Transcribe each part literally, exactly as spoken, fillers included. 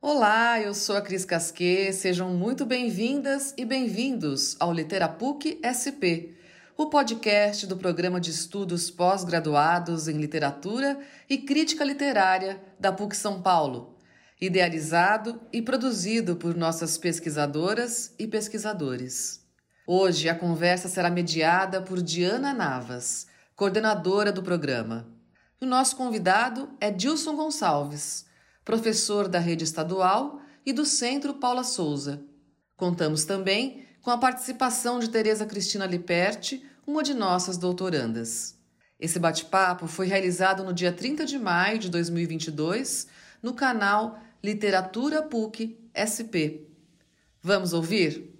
Olá, eu sou a Cris Casquet, sejam muito bem-vindas e bem-vindos ao Literapuc S P, o podcast do Programa de Estudos Pós-Graduados em Literatura e Crítica Literária da P U C São Paulo, idealizado e produzido por nossas pesquisadoras e pesquisadores. Hoje a conversa será mediada por Diana Navas, coordenadora do programa. O nosso convidado é Dilson Gonçalves, professor da Rede Estadual e do Centro Paula Souza. Contamos também com a participação de Tereza Cristina Liperti, uma de nossas doutorandas. Esse bate-papo foi realizado no dia trinta de maio de dois mil e vinte e dois no canal Literatura P U C S P. Vamos ouvir?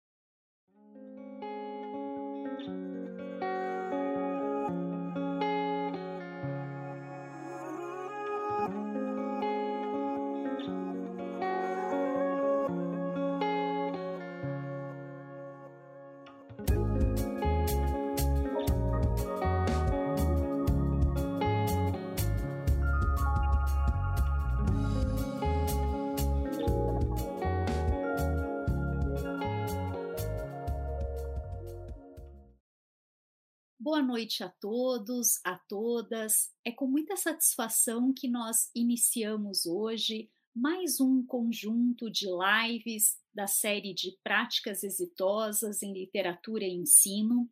Boa noite a todos, a todas. É com muita satisfação que nós iniciamos hoje mais um conjunto de lives da série de Práticas Exitosas em Literatura e Ensino.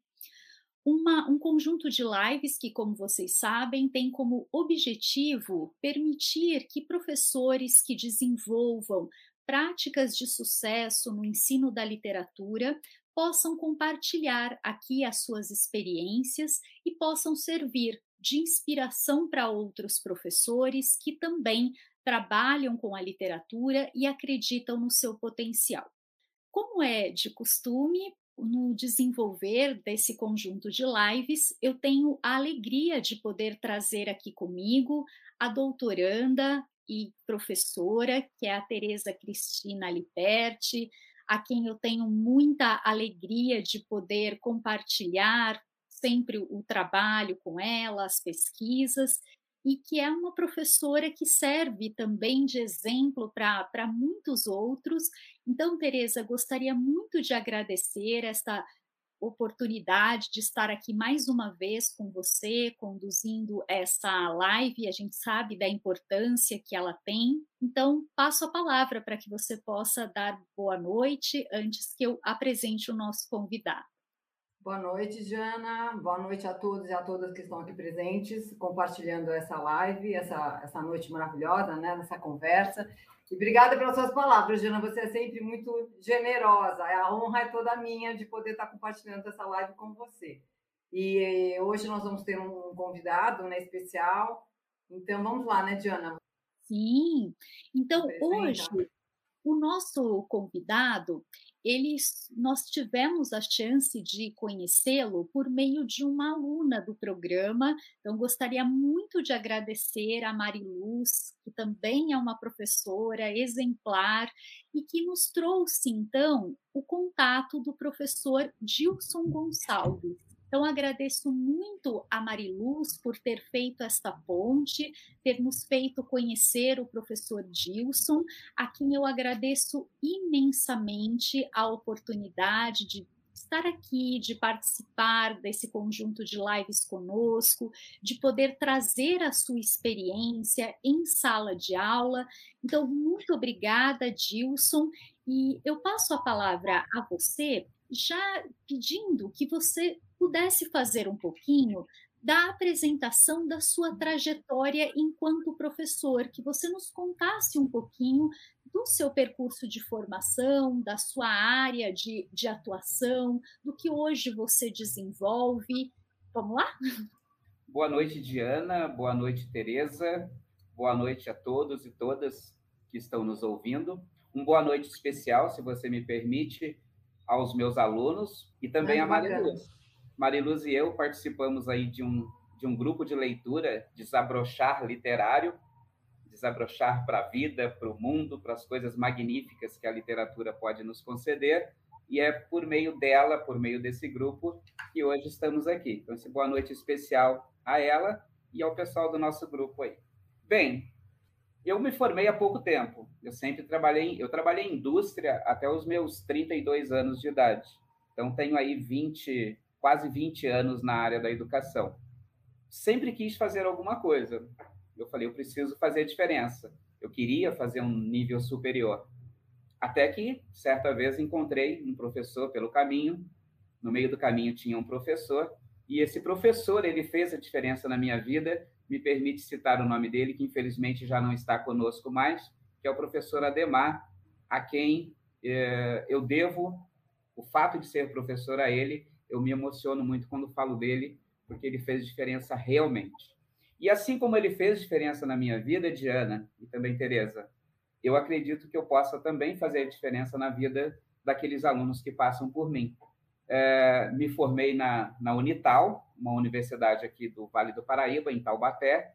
Uma, um conjunto de lives que, como vocês sabem, tem como objetivo permitir que professores que desenvolvam práticas de sucesso no ensino da literatura possam compartilhar aqui as suas experiências e possam servir de inspiração para outros professores que também trabalham com a literatura e acreditam no seu potencial. Como é de costume, no desenvolver desse conjunto de lives, eu tenho a alegria de poder trazer aqui comigo a doutoranda e professora, que é a Tereza Cristina Liperti, a quem eu tenho muita alegria de poder compartilhar sempre o trabalho com ela, as pesquisas, e que é uma professora que serve também de exemplo para muitos outros. Então, Tereza, gostaria muito de agradecer esta oportunidade de estar aqui mais uma vez com você, conduzindo essa live. A gente sabe da importância que ela tem. Então, passo a palavra para que você possa dar boa noite antes que eu apresente o nosso convidado. Boa noite, Jana. Boa noite a todos e a todas que estão aqui presentes, compartilhando essa live, essa, essa noite maravilhosa, né, nessa conversa. E obrigada pelas suas palavras, Jana. Você é sempre muito generosa. A honra é toda minha de poder estar compartilhando essa live com você. E hoje nós vamos ter um convidado, né, especial. Então, vamos lá, né, Jana? Sim. Então, hoje, o nosso convidado, eles, nós tivemos a chance de conhecê-lo por meio de uma aluna do programa. Então, gostaria muito de agradecer a Mariluz, que também é uma professora exemplar e que nos trouxe, então, o contato do professor Dilson Gonçalves. Então, agradeço muito a Mariluz por ter feito esta ponte, ter nos feito conhecer o professor Dilson, a quem eu agradeço imensamente a oportunidade de estar aqui, de participar desse conjunto de lives conosco, de poder trazer a sua experiência em sala de aula. Então, muito obrigada, Dilson, e eu passo a palavra a você, já pedindo que você pudesse fazer um pouquinho da apresentação da sua trajetória enquanto professor, que você nos contasse um pouquinho do seu percurso de formação, da sua área de, de atuação, do que hoje você desenvolve. Vamos lá? Boa noite, Diana. Boa noite, Tereza. Boa noite a todos e todas que estão nos ouvindo. Um boa noite especial, se você me permite, aos meus alunos e também a Mariluz. Mariluz e eu participamos aí de um, de um grupo de leitura, Desabrochar Literário, desabrochar para a vida, para o mundo, para as coisas magníficas que a literatura pode nos conceder, e é por meio dela, por meio desse grupo, que hoje estamos aqui. Então, essa boa noite especial a ela e ao pessoal do nosso grupo aí. Bem, Eu me formei há pouco tempo. Eu sempre trabalhei, eu trabalhei em indústria até os meus trinta e dois anos de idade. Então, tenho aí vinte, quase vinte anos na área da educação. Sempre quis fazer alguma coisa. Eu falei, eu preciso fazer a diferença. Eu queria fazer um nível superior. Até que, certa vez, encontrei um professor pelo caminho. No meio do caminho tinha um professor. E esse professor, ele fez a diferença na minha vida. Me permite citar o nome dele, que infelizmente já não está conosco mais, que é o professor Ademar, a quem eh, eu devo o fato de ser professor a ele. Eu me emociono muito quando falo dele, porque ele fez diferença realmente. E assim como ele fez diferença na minha vida, Diana, e também Tereza, eu acredito que eu possa também fazer diferença na vida daqueles alunos que passam por mim. É, me formei na, na Unital, uma universidade aqui do Vale do Paraíba, em Taubaté,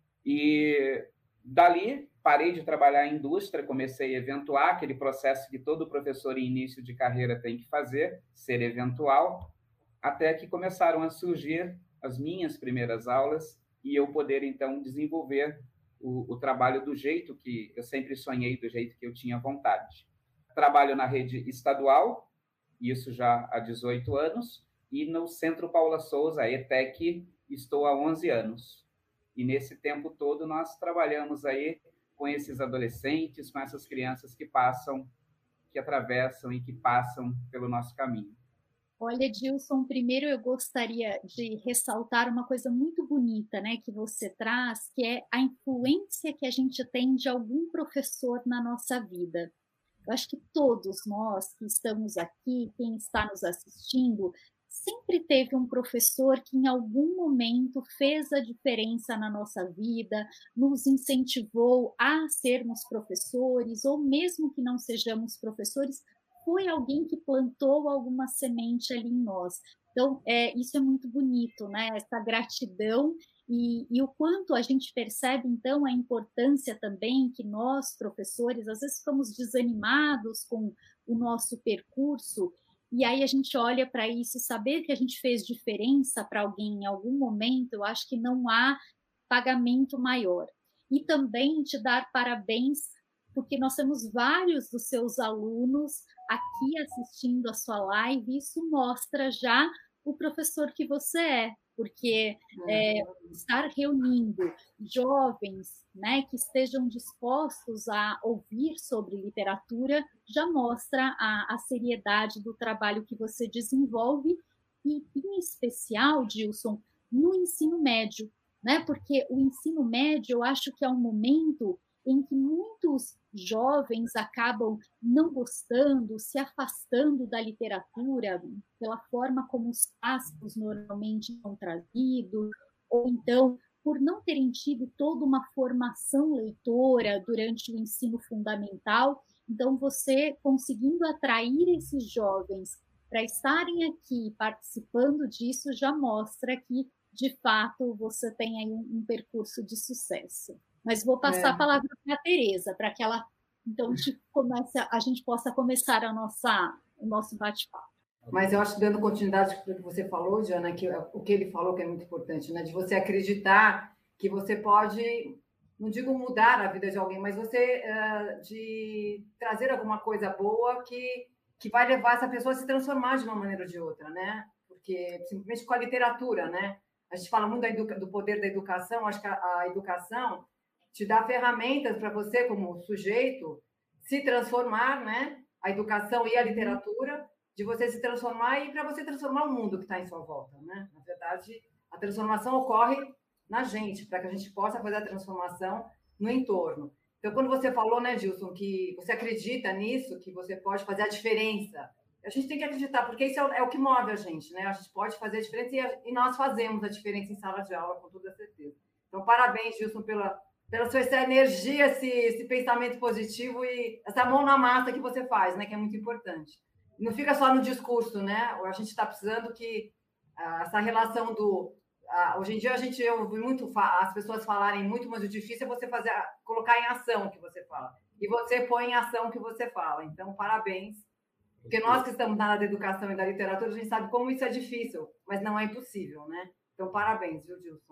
e dali parei de trabalhar em indústria, comecei a eventuar, aquele processo que todo professor em início de carreira tem que fazer, ser eventual, até que começaram a surgir as minhas primeiras aulas e eu poder, então, desenvolver o, o trabalho do jeito que eu sempre sonhei, do jeito que eu tinha vontade. Trabalho na rede estadual, isso já há dezoito anos, e no Centro Paula Souza, a E T E C, estou há onze anos. E nesse tempo todo nós trabalhamos aí com esses adolescentes, com essas crianças que passam, que atravessam e que passam pelo nosso caminho. Olha, Gilson, primeiro eu gostaria de ressaltar uma coisa muito bonita, né, que você traz, que é a influência que a gente tem de algum professor na nossa vida. Eu acho que todos nós que estamos aqui, quem está nos assistindo, sempre teve um professor que em algum momento fez a diferença na nossa vida, nos incentivou a sermos professores, ou mesmo que não sejamos professores, foi alguém que plantou alguma semente ali em nós. Então, é, isso é muito bonito, né? Essa gratidão e, e o quanto a gente percebe, então, a importância também que nós, professores, às vezes ficamos desanimados com o nosso percurso, e aí a gente olha para isso e saber que a gente fez diferença para alguém em algum momento, eu acho que não há pagamento maior. E também te dar parabéns, porque nós temos vários dos seus alunos aqui assistindo a sua live, isso mostra já o professor que você é, porque é, estar reunindo jovens, né, que estejam dispostos a ouvir sobre literatura já mostra a, a seriedade do trabalho que você desenvolve, e em especial, Gilson, no ensino médio, né, porque o ensino médio eu acho que é um momento em que muitos jovens acabam não gostando, se afastando da literatura pela forma como os clássicos normalmente são trazidos, ou então por não terem tido toda uma formação leitora durante o ensino fundamental. Então, você conseguindo atrair esses jovens para estarem aqui participando disso já mostra que, de fato, você tem aí um, um percurso de sucesso. Mas vou passar é. a palavra para a Tereza, para que ela, então, a gente, comece, a gente possa começar a nossa, o nosso bate-papo. Mas eu acho, dando continuidade ao que você falou, Diana, que o que ele falou que é muito importante, né? De você acreditar que você pode, não digo mudar a vida de alguém, mas você uh, de trazer alguma coisa boa que, que vai levar essa pessoa a se transformar de uma maneira ou de outra, né? Porque, simplesmente com a literatura, né? A gente fala muito da do poder da educação, acho que a, a educação te dá ferramentas para você, como sujeito, se transformar, né? A educação e a literatura, de você se transformar e para você transformar o mundo que está em sua volta, né? Na verdade, a transformação ocorre na gente, para que a gente possa fazer a transformação no entorno. Então, quando você falou, né, Gilson, que você acredita nisso, que você pode fazer a diferença, a gente tem que acreditar, porque isso é o, é o que move a gente, né? A gente pode fazer a diferença e, a, e nós fazemos a diferença em sala de aula, com toda certeza. Então, parabéns, Gilson, pela pela sua essa energia, esse, esse pensamento positivo e essa mão na massa que você faz, né? Que é muito importante. Não fica só no discurso, né? A gente está precisando que ah, essa relação do... Ah, hoje em dia a gente ouve muito as pessoas falarem muito, mas o difícil é você fazer, colocar em ação o que você fala. E você põe em ação o que você fala. Então, parabéns. Porque nós que estamos na área da educação e da literatura, a gente sabe como isso é difícil, mas não é impossível, né? Então, parabéns, viu, Gilson?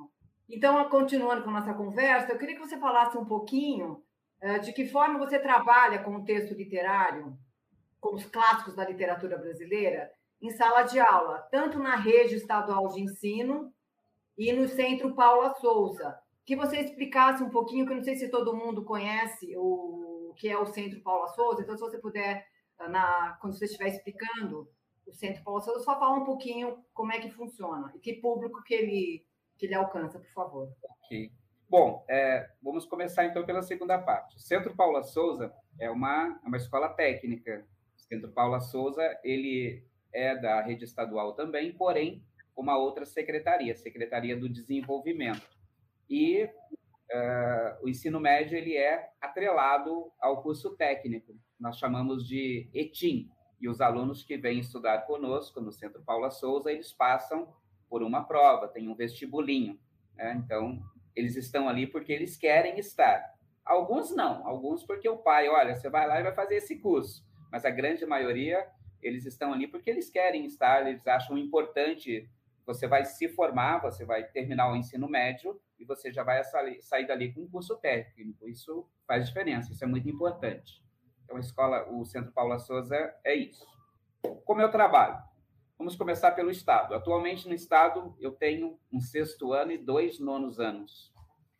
Então, continuando com a nossa conversa, eu queria que você falasse um pouquinho uh, de que forma você trabalha com o texto literário, com os clássicos da literatura brasileira, em sala de aula, tanto na rede estadual de ensino e no Centro Paula Souza. Que você explicasse um pouquinho, que eu não sei se todo mundo conhece o que é o Centro Paula Souza, então, se você puder, na, quando você estiver explicando o Centro Paula Souza, só falar um pouquinho como é que funciona e que público que ele, que ele alcança, por favor. Ok. Bom, é, vamos começar, então, pela segunda parte. O Centro Paula Souza é uma, uma escola técnica. O Centro Paula Souza, ele é da rede estadual também, porém, uma outra secretaria, Secretaria do Desenvolvimento. E uh, o ensino médio ele é atrelado ao curso técnico. Nós chamamos de ETIM. E os alunos que vêm estudar conosco no Centro Paula Souza, eles passam por uma prova, tem um vestibulinho. Né? Então, eles estão ali porque eles querem estar. Alguns não, alguns porque o pai, olha, você vai lá e vai fazer esse curso. Mas a grande maioria, eles estão ali porque eles querem estar, eles acham importante. Você vai se formar, você vai terminar o ensino médio e você já vai sair dali com um curso técnico. Isso faz diferença, isso é muito importante. Então, a escola, o Centro Paula Souza é isso. Como eu trabalho? Vamos começar pelo Estado. Atualmente, no Estado, eu tenho um sexto ano e dois nonos anos.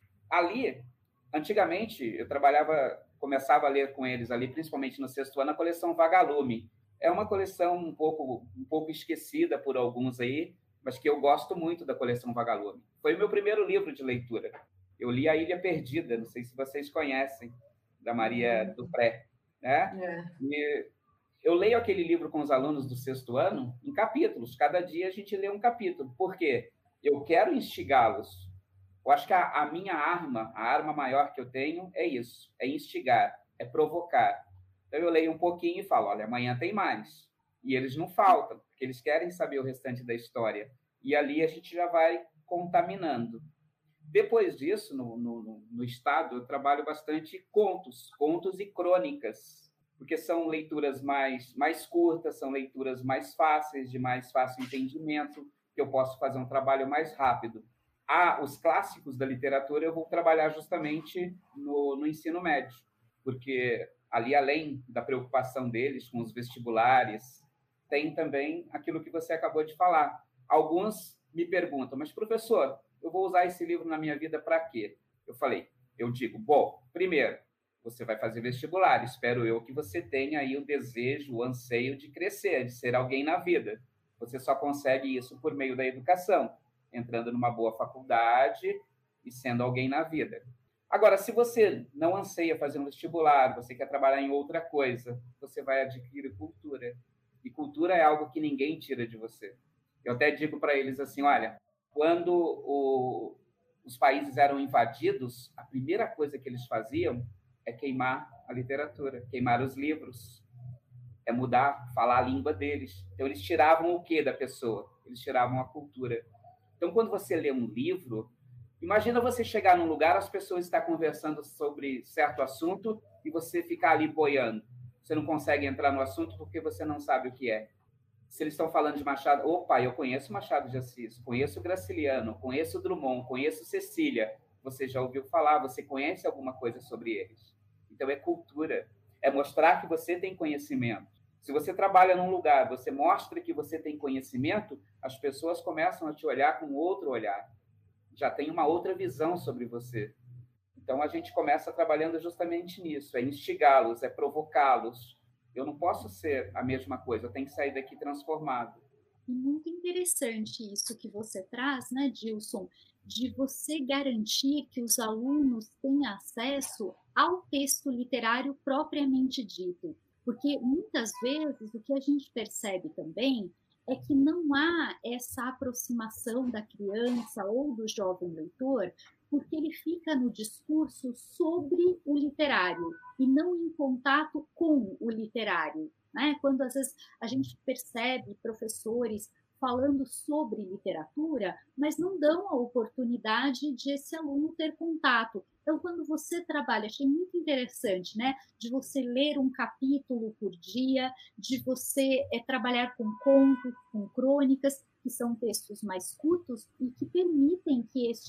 Ali, antigamente, eu trabalhava, começava a ler com eles ali, principalmente no sexto ano, a coleção Vagalume. É uma coleção um pouco, um pouco esquecida por alguns aí, mas que eu gosto muito da coleção Vagalume. Foi o meu primeiro livro de leitura. Eu li A Ilha Perdida, não sei se vocês conhecem, da Maria Dupré. Né? É. E eu leio aquele livro com os alunos do sexto ano em capítulos. Cada dia a gente lê um capítulo. Por quê? Eu quero instigá-los. Eu acho que a, a minha arma, a arma maior que eu tenho é isso, é instigar, é provocar. Então eu leio um pouquinho e falo, olha, amanhã tem mais. E eles não faltam, porque eles querem saber o restante da história. E ali a gente já vai contaminando. Depois disso, no, no, no Estado, eu trabalho bastante contos, contos e crônicas, porque são leituras mais, mais curtas, são leituras mais fáceis, de mais fácil entendimento, que eu posso fazer um trabalho mais rápido. Ah, os clássicos da literatura eu vou trabalhar justamente no, no ensino médio, porque ali, além da preocupação deles com os vestibulares, tem também aquilo que você acabou de falar. Alguns me perguntam, mas, professor, eu vou usar esse livro na minha vida para quê? Eu falei, eu digo, bom, primeiro, você vai fazer vestibular, espero eu que você tenha aí o desejo, o anseio de crescer, de ser alguém na vida. Você só consegue isso por meio da educação, entrando numa boa faculdade e sendo alguém na vida. Agora, se você não anseia fazer um vestibular, você quer trabalhar em outra coisa, você vai adquirir cultura. E cultura é algo que ninguém tira de você. Eu até digo para eles assim, olha, quando o, os países eram invadidos, a primeira coisa que eles faziam é queimar a literatura, queimar os livros, é mudar, falar a língua deles. Então, eles tiravam o quê da pessoa? Eles tiravam a cultura. Então, quando você lê um livro, imagina você chegar num lugar, as pessoas estão conversando sobre certo assunto e você ficar ali boiando. Você não consegue entrar no assunto porque você não sabe o que é. Se eles estão falando de Machado, opa, eu conheço Machado de Assis, conheço Graciliano, conheço Drummond, conheço Cecília. Você já ouviu falar, você conhece alguma coisa sobre eles. Então, é cultura. É mostrar que você tem conhecimento. Se você trabalha num lugar, você mostra que você tem conhecimento, as pessoas começam a te olhar com outro olhar. Já tem uma outra visão sobre você. Então, a gente começa trabalhando justamente nisso, é instigá-los, é provocá-los. Eu não posso ser a mesma coisa, eu tenho que sair daqui transformado. Muito interessante isso que você traz, né, Gilson, de você garantir que os alunos tenham acesso ao texto literário propriamente dito. Porque muitas vezes o que a gente percebe também é que não há essa aproximação da criança ou do jovem leitor, porque ele fica no discurso sobre o literário e não em contato com o literário. Né? Quando às vezes a gente percebe professores falando sobre literatura, mas não dão a oportunidade de esse aluno ter contato. Então, quando você trabalha, achei muito interessante, né? De você ler um capítulo por dia, de você é, trabalhar com contos, com crônicas, que são textos mais curtos e que permitem que este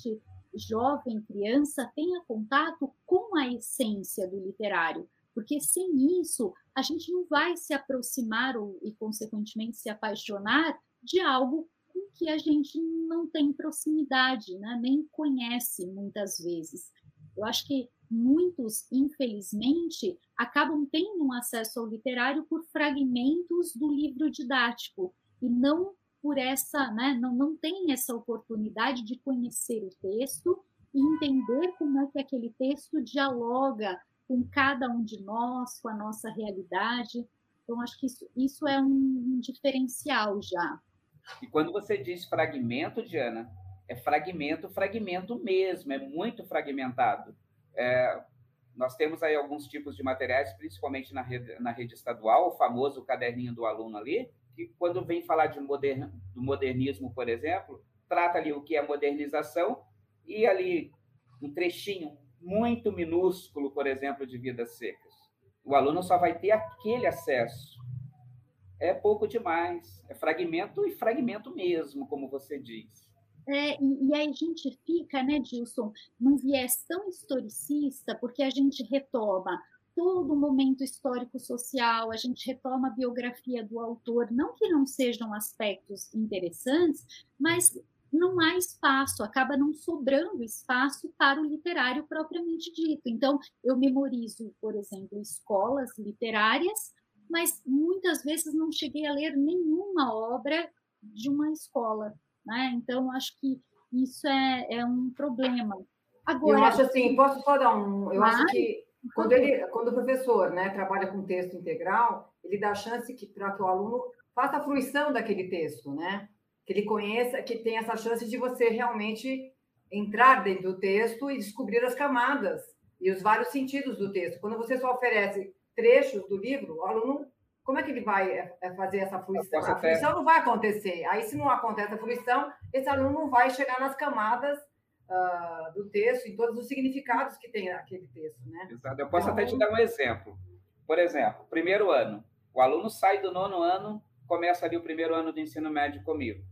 jovem, criança, tenha contato com a essência do literário, porque sem isso a gente não vai se aproximar ou, e, consequentemente, se apaixonar de algo com que a gente não tem proximidade, né? Nem conhece muitas vezes. Eu acho que muitos, infelizmente, acabam tendo um acesso ao literário por fragmentos do livro didático e não por essa, né, não, não tem essa oportunidade de conhecer o texto e entender como é que aquele texto dialoga com cada um de nós, com a nossa realidade. Então, acho que isso, isso é um, um diferencial já. E quando você diz fragmento, Diana, é fragmento, fragmento mesmo, é muito fragmentado. É, nós temos aí alguns tipos de materiais, principalmente na rede, na rede estadual, o famoso caderninho do aluno ali, que quando vem falar de modern, do modernismo, por exemplo, trata ali o que é modernização e ali um trechinho muito minúsculo, por exemplo, de Vidas Secas. O aluno só vai ter aquele acesso. É pouco demais, é fragmento e fragmento mesmo, como você diz. É, e, e aí a gente fica, né, Gilson, num viés tão historicista, porque a gente retoma todo o momento histórico-social, a gente retoma a biografia do autor, não que não sejam aspectos interessantes, mas não há espaço, acaba não sobrando espaço para o literário propriamente dito. Então, eu memorizo, por exemplo, escolas literárias, mas muitas vezes não cheguei a ler nenhuma obra de uma escola, né? Então, acho que isso é, é um problema. Agora, eu acho assim, posso só dar um... Eu acho que quando, ele, quando o professor, né, trabalha com texto integral, ele dá chance que, para que o aluno faça a fruição daquele texto, né? Que ele conheça, que tenha essa chance de você realmente entrar dentro do texto e descobrir as camadas e os vários sentidos do texto. Quando você só oferece trechos do livro, o aluno, como é que ele vai fazer essa fruição? A fruição não vai acontecer. Aí, se não acontece a fruição, esse aluno não vai chegar nas camadas uh, do texto, em todos os significados que tem aquele texto, né? Exato. Eu posso então, até te dar um exemplo. Por exemplo, primeiro ano. O aluno sai do nono ano, começa ali o primeiro ano do ensino médio comigo.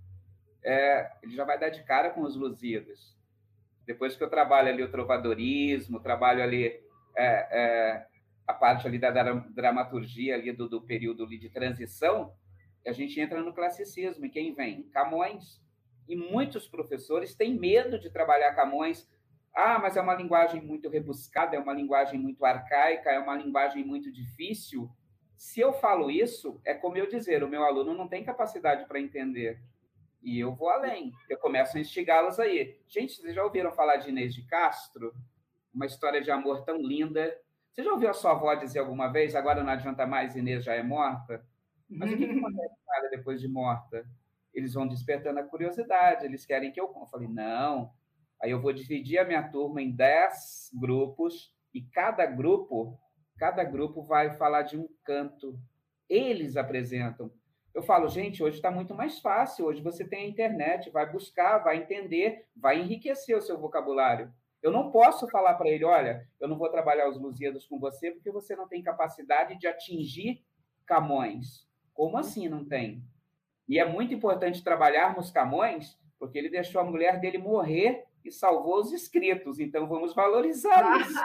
É, ele já vai dar de cara com os Lusíadas. Depois que eu trabalho ali o trovadorismo, trabalho ali é, é, a parte ali da dramaturgia ali do, do período ali de transição, a gente entra no classicismo. E quem vem? Camões. E muitos professores têm medo de trabalhar Camões. Ah, mas é uma linguagem muito rebuscada, é uma linguagem muito arcaica, é uma linguagem muito difícil. Se eu falo isso, é como eu dizer, o meu aluno não tem capacidade para entender. E eu vou além, eu começo a instigá-los aí. Gente, vocês já ouviram falar de Inês de Castro? Uma história de amor tão linda. Você já ouviu a sua avó dizer alguma vez, agora não adianta mais, Inês já é morta? Mas o que acontece com ela depois de morta? Eles vão despertando a curiosidade, eles querem que eu... Eu falei, não. Aí eu vou dividir a minha turma em dez grupos e cada grupo, cada grupo vai falar de um canto. Eles apresentam. Eu falo, gente, hoje está muito mais fácil. Hoje você tem a internet, vai buscar, vai entender, vai enriquecer o seu vocabulário. Eu não posso falar para ele, olha, eu não vou trabalhar os Lusíadas com você porque você não tem capacidade de atingir Camões. Como assim não tem? E é muito importante trabalharmos Camões porque ele deixou a mulher dele morrer e salvou os escritos. Então, vamos valorizar isso.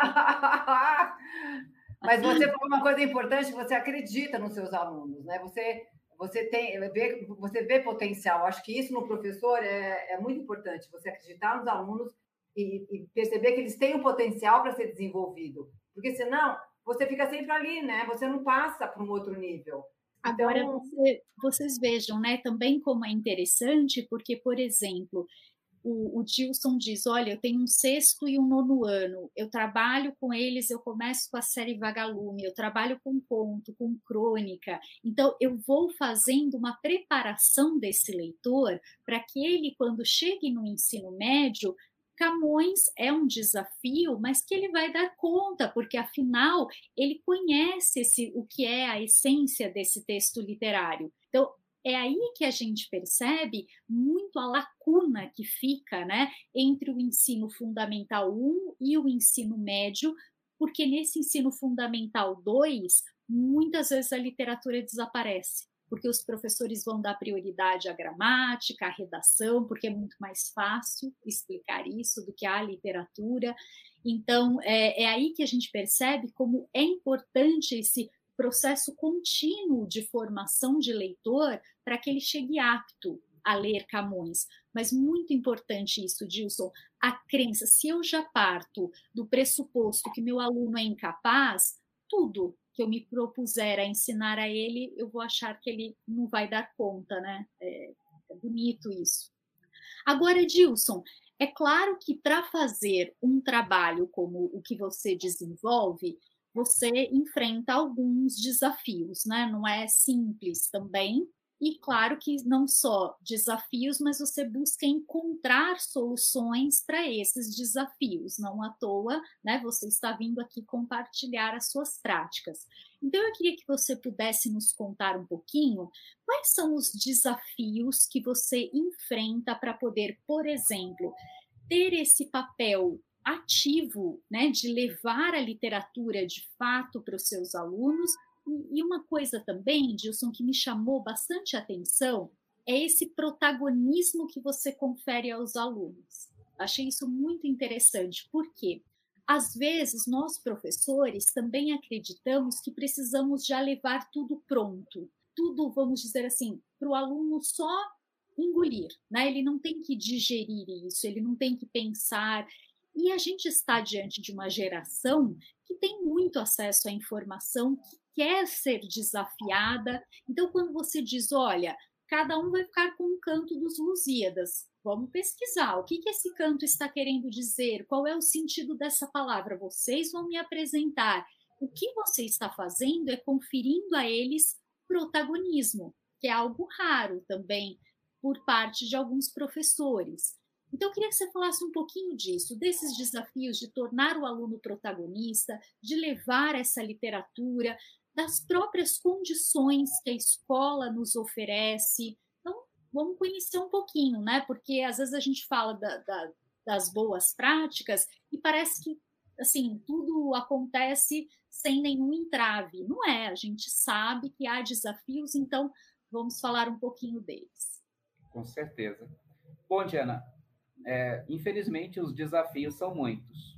Mas você falou uma coisa importante, você acredita nos seus alunos, né? Você... Você, tem, vê, você vê potencial. Acho que isso no professor é, é muito importante. Você acreditar nos alunos e, e perceber que eles têm um potencial para ser desenvolvido. Porque, senão, você fica sempre ali, né? Você não passa para um outro nível. Agora, então... você, vocês vejam, né? Também como é interessante, porque, por exemplo... O, o Gilson diz, olha, eu tenho um sexto e um nono ano, eu trabalho com eles, eu começo com a série Vagalume, eu trabalho com conto, com crônica, então eu vou fazendo uma preparação desse leitor para que ele, quando chegue no ensino médio, Camões é um desafio, mas que ele vai dar conta, porque afinal ele conhece esse, o que é a essência desse texto literário. Então, é aí que a gente percebe muito a lacuna que fica, né, entre o ensino fundamental um e o ensino médio, porque nesse ensino fundamental dois, muitas vezes a literatura desaparece, porque os professores vão dar prioridade à gramática, à redação, porque é muito mais fácil explicar isso do que à literatura. Então, é, é aí que a gente percebe como é importante esse processo contínuo de formação de leitor para que ele chegue apto a ler Camões. Mas muito importante isso, Dilson, a crença. Se eu já parto do pressuposto que meu aluno é incapaz, tudo que eu me propuser a ensinar a ele, eu vou achar que ele não vai dar conta, né? É, é bonito isso. Agora, Dilson, é claro que para fazer um trabalho como o que você desenvolve, você enfrenta alguns desafios, né? Não é simples também. E claro que não só desafios, mas você busca encontrar soluções para esses desafios. Não à toa, né? Você está vindo aqui compartilhar as suas práticas. Então, eu queria que você pudesse nos contar um pouquinho quais são os desafios que você enfrenta para poder, por exemplo, ter esse papel ativo, né, de levar a literatura de fato para os seus alunos. E uma coisa também, Dilson, que me chamou bastante atenção é esse protagonismo que você confere aos alunos. Achei isso muito interessante, porque às vezes nós professores também acreditamos que precisamos já levar tudo pronto, tudo, vamos dizer assim, para o aluno só engolir, né? Ele não tem que digerir isso, ele não tem que pensar. E a gente está diante de uma geração que tem muito acesso à informação, que quer ser desafiada. Então, quando você diz, olha, cada um vai ficar com um canto dos Lusíadas, vamos pesquisar o que, que esse canto está querendo dizer, qual é o sentido dessa palavra, vocês vão me apresentar. O que você está fazendo é conferindo a eles protagonismo, que é algo raro também por parte de alguns professores. Então, eu queria que você falasse um pouquinho disso, desses desafios de tornar o aluno protagonista, de levar essa literatura, das próprias condições que a escola nos oferece. Então, vamos conhecer um pouquinho, né? Porque às vezes a gente fala da, da, das boas práticas e parece que assim, tudo acontece sem nenhum entrave. Não é, a gente sabe que há desafios, então vamos falar um pouquinho deles. Com certeza. Bom, Diana, É, infelizmente, os desafios são muitos.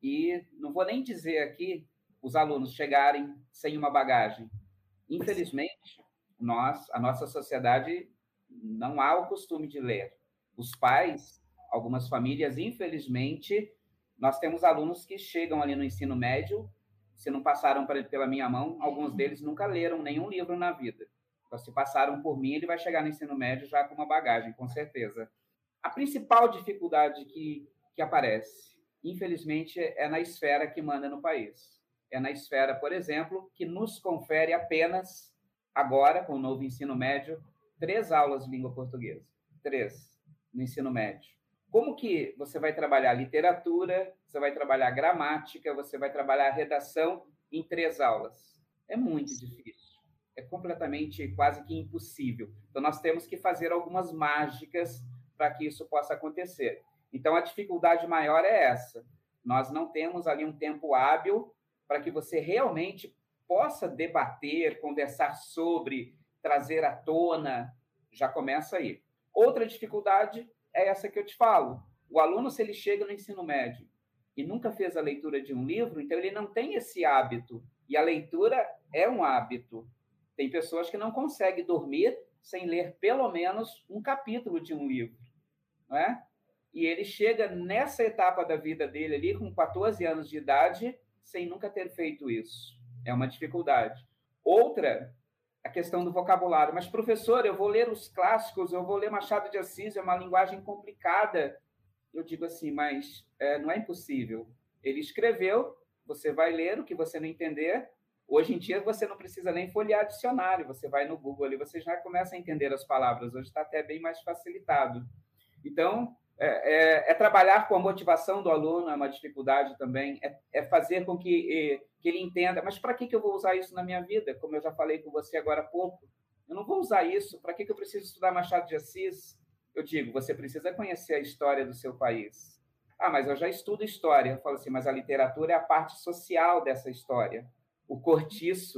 E não vou nem dizer aqui os alunos chegarem sem uma bagagem. Infelizmente, nós, a nossa sociedade, não há o costume de ler. Os pais, algumas famílias, infelizmente, nós temos alunos que chegam ali no ensino médio, se não passaram pela minha mão, alguns deles nunca leram nenhum livro na vida. Então, se passaram por mim, ele vai chegar no ensino médio já com uma bagagem, com certeza. A principal dificuldade que, que aparece, infelizmente, é na esfera que manda no país. É na esfera, por exemplo, que nos confere apenas, agora, com o novo ensino médio, três aulas de língua portuguesa. Três, no ensino médio. Como que você vai trabalhar literatura, você vai trabalhar gramática, você vai trabalhar redação em três aulas? É muito difícil. É completamente, quase que impossível. Então, nós temos que fazer algumas mágicas para que isso possa acontecer. Então, a dificuldade maior é essa. Nós não temos ali um tempo hábil para que você realmente possa debater, conversar sobre, trazer à tona. Já começa aí. Outra dificuldade é essa que eu te falo. O aluno, se ele chega no ensino médio e nunca fez a leitura de um livro, então ele não tem esse hábito. E a leitura é um hábito. Tem pessoas que não conseguem dormir sem ler pelo menos um capítulo de um livro. Não é? E ele chega nessa etapa da vida dele ali, com quatorze anos de idade, sem nunca ter feito isso. É uma dificuldade. Outra, a questão do vocabulário. Mas, professor, eu vou ler os clássicos, eu vou ler Machado de Assis, é uma linguagem complicada. Eu digo assim, mas é, não é impossível. Ele escreveu, você vai ler o que você não entender. Hoje em dia, você não precisa nem folhear dicionário. Você vai no Google ali, você já começa a entender as palavras. Hoje está até bem mais facilitado. Então, é, é, é trabalhar com a motivação do aluno, é uma dificuldade também, é, é fazer com que, é, que ele entenda, mas para que, que eu vou usar isso na minha vida? Como eu já falei com você agora há pouco, eu não vou usar isso, para que, que eu preciso estudar Machado de Assis? Eu digo, você precisa conhecer a história do seu país. Ah, mas eu já estudo história. Eu falo assim, mas a literatura é a parte social dessa história. O cortiço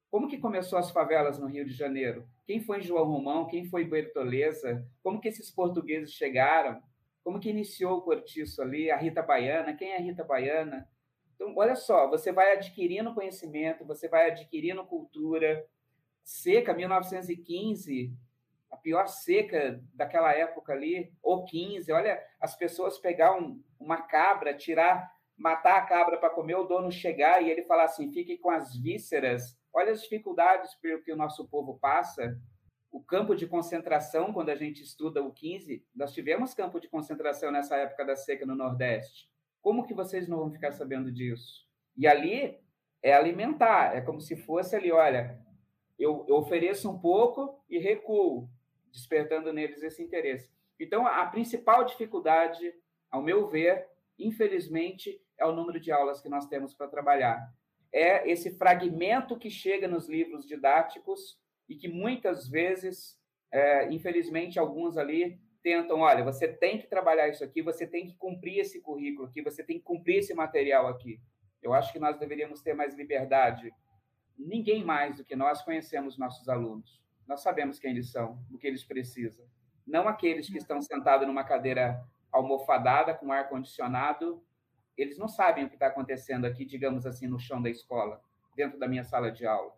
Como que começou as favelas no Rio de Janeiro? Quem foi João Romão? Quem foi Bertoleza? Como que esses portugueses chegaram? Como que iniciou o cortiço ali? A Rita Baiana? Quem é a Rita Baiana? Então, olha só, você vai adquirindo conhecimento, você vai adquirindo cultura. Seca, mil novecentos e quinze, a pior seca daquela época ali, ou quinze, olha, as pessoas pegar um, uma cabra, tirar, matar a cabra para comer, o dono chegar e ele falar assim, fique com as vísceras. Olha as dificuldades pelo que o nosso povo passa. O campo de concentração, quando a gente estuda o quinze, nós tivemos campo de concentração nessa época da seca no Nordeste. Como que vocês não vão ficar sabendo disso? E ali é alimentar, é como se fosse ali, olha, eu, eu ofereço um pouco e recuo, despertando neles esse interesse. Então, a principal dificuldade, ao meu ver, infelizmente, é o número de aulas que nós temos para trabalhar. É esse fragmento que chega nos livros didáticos e que muitas vezes, é, infelizmente, alguns ali tentam, olha, você tem que trabalhar isso aqui, você tem que cumprir esse currículo aqui, você tem que cumprir esse material aqui. Eu acho que nós deveríamos ter mais liberdade. Ninguém mais do que nós conhecemos nossos alunos. Nós sabemos quem eles são, o que eles precisam. Não aqueles que estão sentados numa cadeira almofadada, com ar-condicionado. Eles não sabem o que está acontecendo aqui, digamos assim, no chão da escola, dentro da minha sala de aula.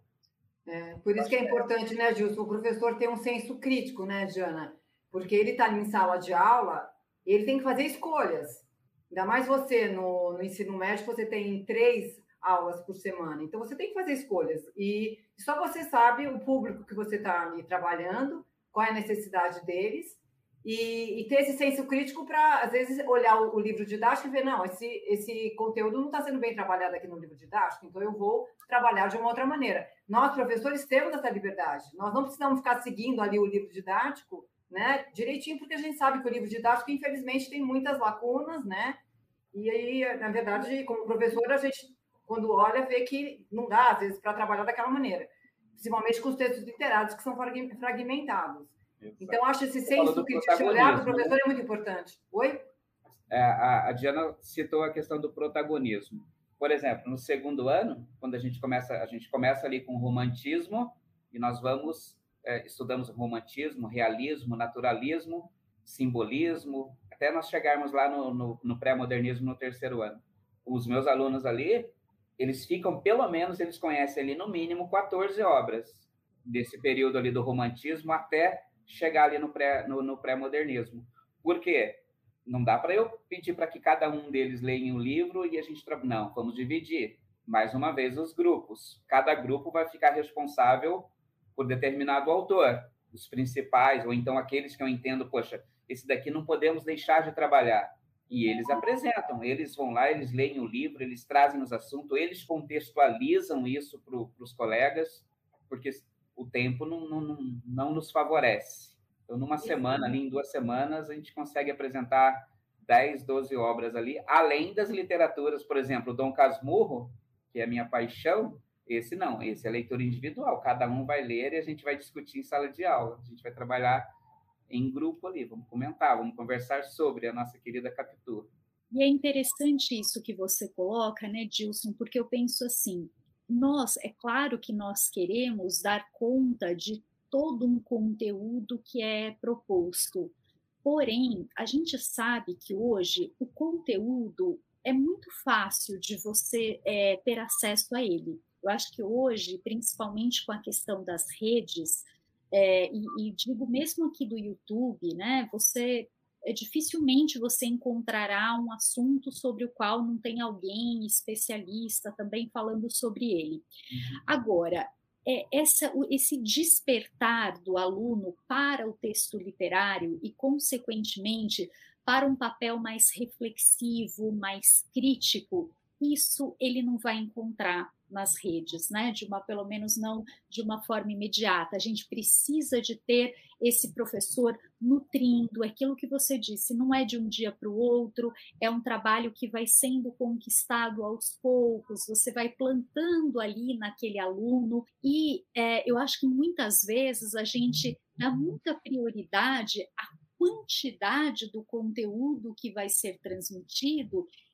É, por isso que é importante, né, Gilson, o professor ter um senso crítico, né, Diana? Porque ele está em sala de aula, ele tem que fazer escolhas. Ainda mais você, no, no ensino médio, você tem três aulas por semana. Então, você tem que fazer escolhas. E só você sabe o público que você está ali trabalhando, qual é a necessidade deles, e, e ter esse senso crítico para, às vezes, olhar o, o livro didático e ver, não, esse, esse conteúdo não está sendo bem trabalhado aqui no livro didático, então eu vou trabalhar de uma outra maneira. Nós, professores, temos essa liberdade. Nós não precisamos ficar seguindo ali o livro didático, né, direitinho, porque a gente sabe que o livro didático, infelizmente, tem muitas lacunas, né? E aí, na verdade, como professor, a gente, quando olha, vê que não dá, às vezes, para trabalhar daquela maneira. Principalmente com os textos literários, que são fragmentados. Exato. Então, acho esse senso crítico de olhar para o professor, né? É muito importante. Oi? É, a, a Diana citou a questão do protagonismo. Por exemplo, no segundo ano, quando a gente começa, a gente começa ali com romantismo, e nós vamos, é, estudamos romantismo, realismo, naturalismo, simbolismo, até nós chegarmos lá no, no, no pré-modernismo no terceiro ano. Os meus alunos ali, eles ficam, pelo menos, eles conhecem ali, no mínimo, quatorze obras desse período ali do romantismo até chegar ali no, pré, no, no pré-modernismo. Por quê? Não dá para eu pedir para que cada um deles leia um livro e a gente... Tra... Não, vamos dividir. Mais uma vez, os grupos. Cada grupo vai ficar responsável por determinado autor. Os principais, ou então aqueles que eu entendo, poxa, esse daqui não podemos deixar de trabalhar. E eles apresentam, eles vão lá, eles leem o livro, eles trazem os assuntos, eles contextualizam isso para os colegas, porque o tempo não, não, não nos favorece. Então, numa semana, ali, em duas semanas, a gente consegue apresentar dez, doze obras ali, além das literaturas, por exemplo, Dom Casmurro, que é a minha paixão, esse não, esse é leitura individual, cada um vai ler e a gente vai discutir em sala de aula, a gente vai trabalhar em grupo ali, vamos comentar, vamos conversar sobre a nossa querida Capitu. E é interessante isso que você coloca, né, Gilson, porque eu penso assim, nós, é claro que nós queremos dar conta de todo um conteúdo que é proposto, porém, a gente sabe que hoje o conteúdo é muito fácil de você é, ter acesso a ele. Eu acho que hoje, principalmente com a questão das redes, é, e, e digo mesmo aqui do YouTube, né, você... É, dificilmente você encontrará um assunto sobre o qual não tem alguém especialista também falando sobre ele. Uhum. Agora, é, essa, esse despertar do aluno para o texto literário e, consequentemente, para um papel mais reflexivo, mais crítico, isso ele não vai encontrar nas redes, né? De uma, pelo menos não de uma forma imediata. A gente precisa de ter esse professor nutrindo, aquilo que você disse, não é de um dia para o outro, é um trabalho que vai sendo conquistado aos poucos, você vai plantando ali naquele aluno, e é, eu acho que muitas vezes a gente dá muita prioridade à quantidade do conteúdo que vai ser transmitido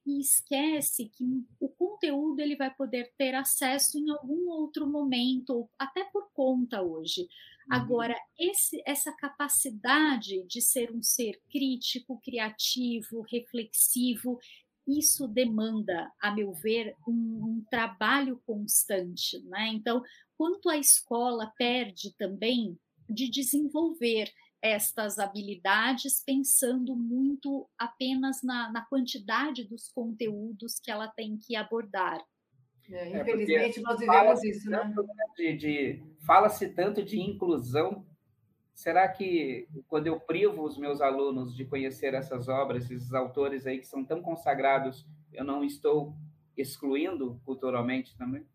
e esquece que o conteúdo ele vai poder ter acesso em algum outro momento, até por conta hoje. Uhum. Agora, esse, essa capacidade de ser um ser crítico, criativo, reflexivo, isso demanda, a meu ver, um, um trabalho constante, né? Então, quanto a escola perde também de desenvolver estas habilidades, pensando muito apenas na, na quantidade dos conteúdos que ela tem que abordar. É, infelizmente, é, nós vivemos isso, né? De, de, fala-se tanto de inclusão. Será que, quando eu privo os meus alunos de conhecer essas obras, esses autores aí que são tão consagrados, eu não estou excluindo culturalmente também?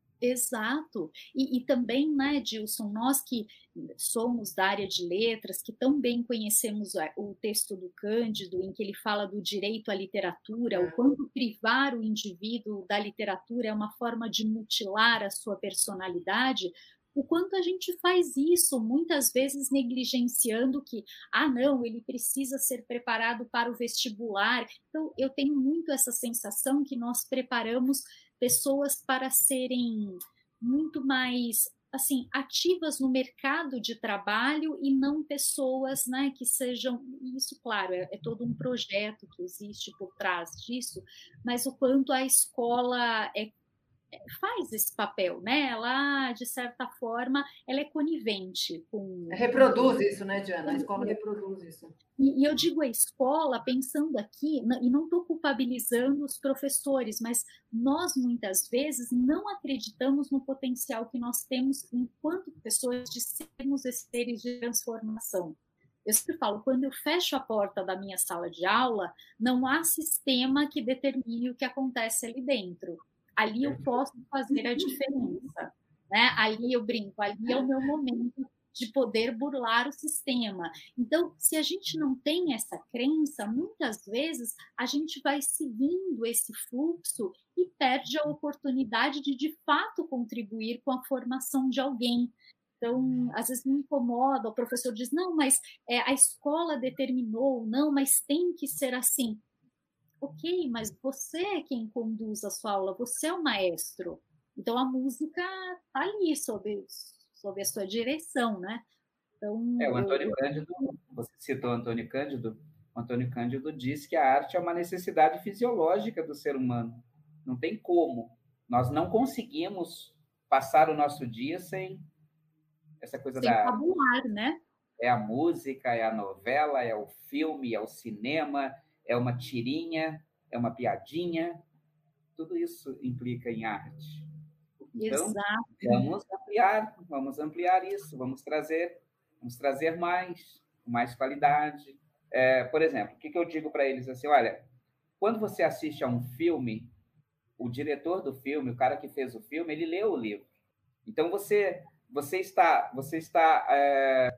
Exato. E, e também, né, Dilson, nós que somos da área de letras, que tão bem conhecemos o texto do Cândido, em que ele fala do direito à literatura, o quanto privar o indivíduo da literatura é uma forma de mutilar a sua personalidade, o quanto a gente faz isso, muitas vezes negligenciando que, ah, não, ele precisa ser preparado para o vestibular. Então, eu tenho muito essa sensação que nós preparamos pessoas para serem muito mais, assim, ativas no mercado de trabalho e não pessoas, né, que sejam, isso, claro, é, é todo um projeto que existe por trás disso, mas o quanto a escola é faz esse papel, né? Ela, de certa forma, ela é conivente com... Reproduz isso, né, Diana? A escola reproduz isso. E, e eu digo a escola, pensando aqui, e não estou culpabilizando os professores, mas nós, muitas vezes, não acreditamos no potencial que nós temos enquanto pessoas de sermos esses seres de transformação. Eu sempre falo, quando eu fecho a porta da minha sala de aula, não há sistema que determine o que acontece ali dentro. Ali eu posso fazer a diferença, né? Ali eu brinco, ali é o meu momento de poder burlar o sistema. Então, se a gente não tem essa crença, muitas vezes a gente vai seguindo esse fluxo e perde a oportunidade de, de fato, contribuir com a formação de alguém. Então, às vezes me incomoda, o professor diz, não, mas é, a escola determinou, não, mas tem que ser assim. Ok, mas você é quem conduz a sua aula, você é o maestro. Então, a música está ali, sob, sob a sua direção, né? Então, é, o Antônio eu... Cândido, você citou o Antônio Cândido, o Antônio Cândido diz que a arte é uma necessidade fisiológica do ser humano. Não tem como. Nós não conseguimos passar o nosso dia sem essa coisa sem da... fabular, né? É a música, é a novela, é o filme, é o cinema... é uma tirinha, é uma piadinha, tudo isso implica em arte. Então, exato. vamos ampliar, vamos ampliar isso, vamos trazer, vamos trazer mais, com mais qualidade. É, por exemplo, o que, que eu digo para eles assim, olha, quando você assiste a um filme, o diretor do filme, o cara que fez o filme, ele leu o livro. Então, você, você está, você está é,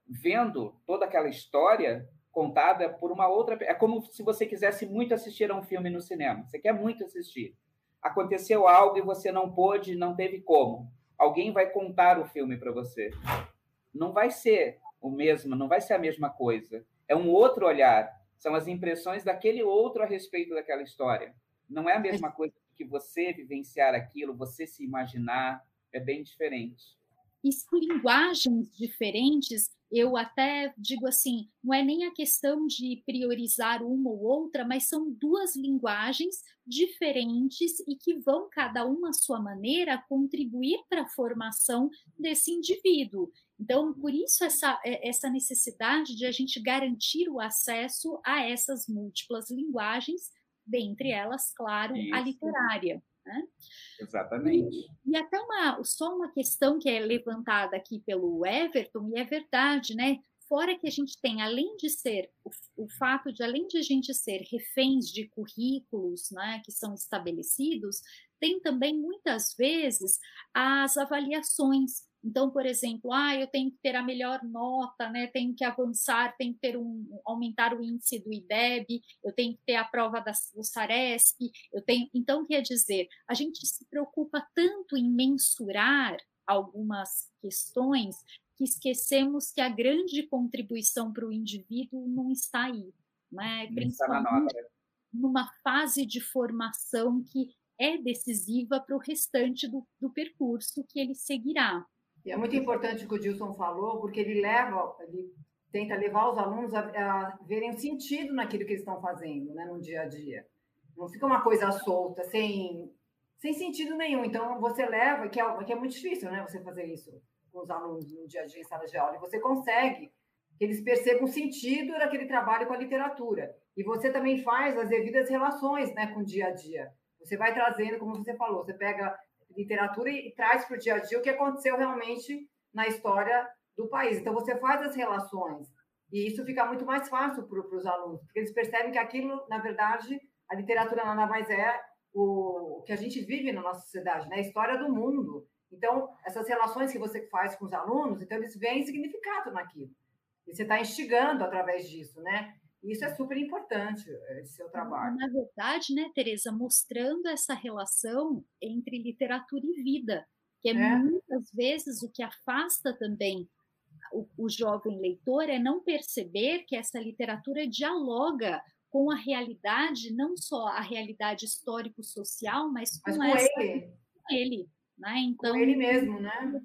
vendo toda aquela história contada por uma outra... É como se você quisesse muito assistir a um filme no cinema. Você quer muito assistir. Aconteceu algo e você não pôde, não teve como. Alguém vai contar o filme para você. Não vai ser o mesmo, não vai ser a mesma coisa. É um outro olhar. São as impressões daquele outro a respeito daquela história. Não é a mesma coisa que você vivenciar aquilo, você se imaginar. É bem diferente. E são linguagens diferentes. Eu até digo assim, não é nem a questão de priorizar uma ou outra, mas são duas linguagens diferentes e que vão, cada uma à sua maneira, contribuir para a formação desse indivíduo. Então, por isso, essa, essa necessidade de a gente garantir o acesso a essas múltiplas linguagens, dentre elas, claro, isso. A literária. Né? Exatamente. E, e até uma, só uma questão que é levantada aqui pelo Everton, e é verdade, né? Fora que a gente tem, além de ser, o, o fato de, além de a gente ser reféns de currículos, né, que são estabelecidos, tem também, muitas vezes, as avaliações. Então, por exemplo, ah, eu tenho que ter a melhor nota, né? Tenho que avançar, tenho que ter um, aumentar o índice do I D E B, eu tenho que ter a prova da, do Saresp, eu tenho. Então, quer dizer, a gente se preocupa tanto em mensurar algumas questões que esquecemos que a grande contribuição para o indivíduo não está aí, né? Não está na nota. numa fase de formação que é decisiva para o restante do, do percurso que ele seguirá. E é muito importante o que o Dilson falou, porque ele leva, ele tenta levar os alunos a, a verem o sentido naquilo que eles estão fazendo, né, no dia a dia. Não fica uma coisa solta, sem, sem sentido nenhum. Então, você leva, que é, que é muito difícil, né, você fazer isso com os alunos no dia a dia em sala de aula, e você consegue que eles percebam o sentido daquele trabalho com a literatura. E você também faz as devidas relações, né, com o dia a dia. Você vai trazendo, como você falou, você pega literatura e traz para o dia a dia o que aconteceu realmente na história do país. Então, você faz as relações. E isso fica muito mais fácil para os alunos, porque eles percebem que aquilo, na verdade, a literatura nada mais é o que a gente vive na nossa sociedade, né? A história do mundo. Então, essas relações que você faz com os alunos, então eles veem significado naquilo. E você está instigando através disso, né? E isso é super importante, esse seu trabalho. Na verdade, né, Tereza, mostrando essa relação entre literatura e vida, que é, é. muitas vezes o que afasta também o, o jovem leitor é não perceber que essa literatura dialoga com a realidade, não só a realidade histórico-social, mas com, mas com essa, ele. Com ele, né? Então, com ele mesmo, né?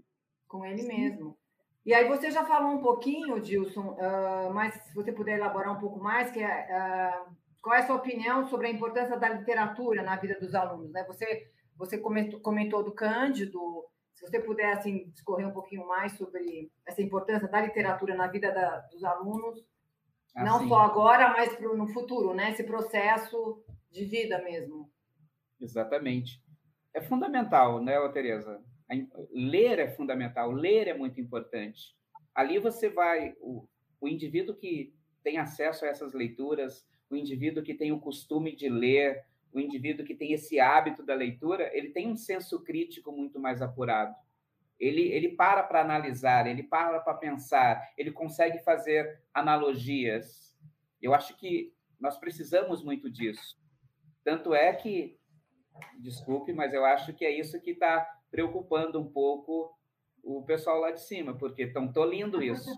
Com ele Sim. mesmo. E aí você já falou um pouquinho, Dilson, uh, mas se você puder elaborar um pouco mais, que é, uh, qual é a sua opinião sobre a importância da literatura na vida dos alunos, né? Você, você comentou, comentou do Cândido, se você puder assim, discorrer um pouquinho mais sobre essa importância da literatura na vida da, dos alunos, ah, não sim. só agora, mas pro, no futuro, né? Esse processo de vida mesmo. Exatamente. É fundamental, né, Tereza? Ler é fundamental, ler é muito importante. Ali você vai, o, o indivíduo que tem acesso a essas leituras, o indivíduo que tem o costume de ler, o indivíduo que tem esse hábito da leitura, ele tem um senso crítico muito mais apurado. Ele, ele para para analisar, ele para para pensar, ele consegue fazer analogias. Eu acho que nós precisamos muito disso. Tanto é que, desculpe, mas eu acho que é isso que está preocupando um pouco o pessoal lá de cima, porque estão tolindo isso.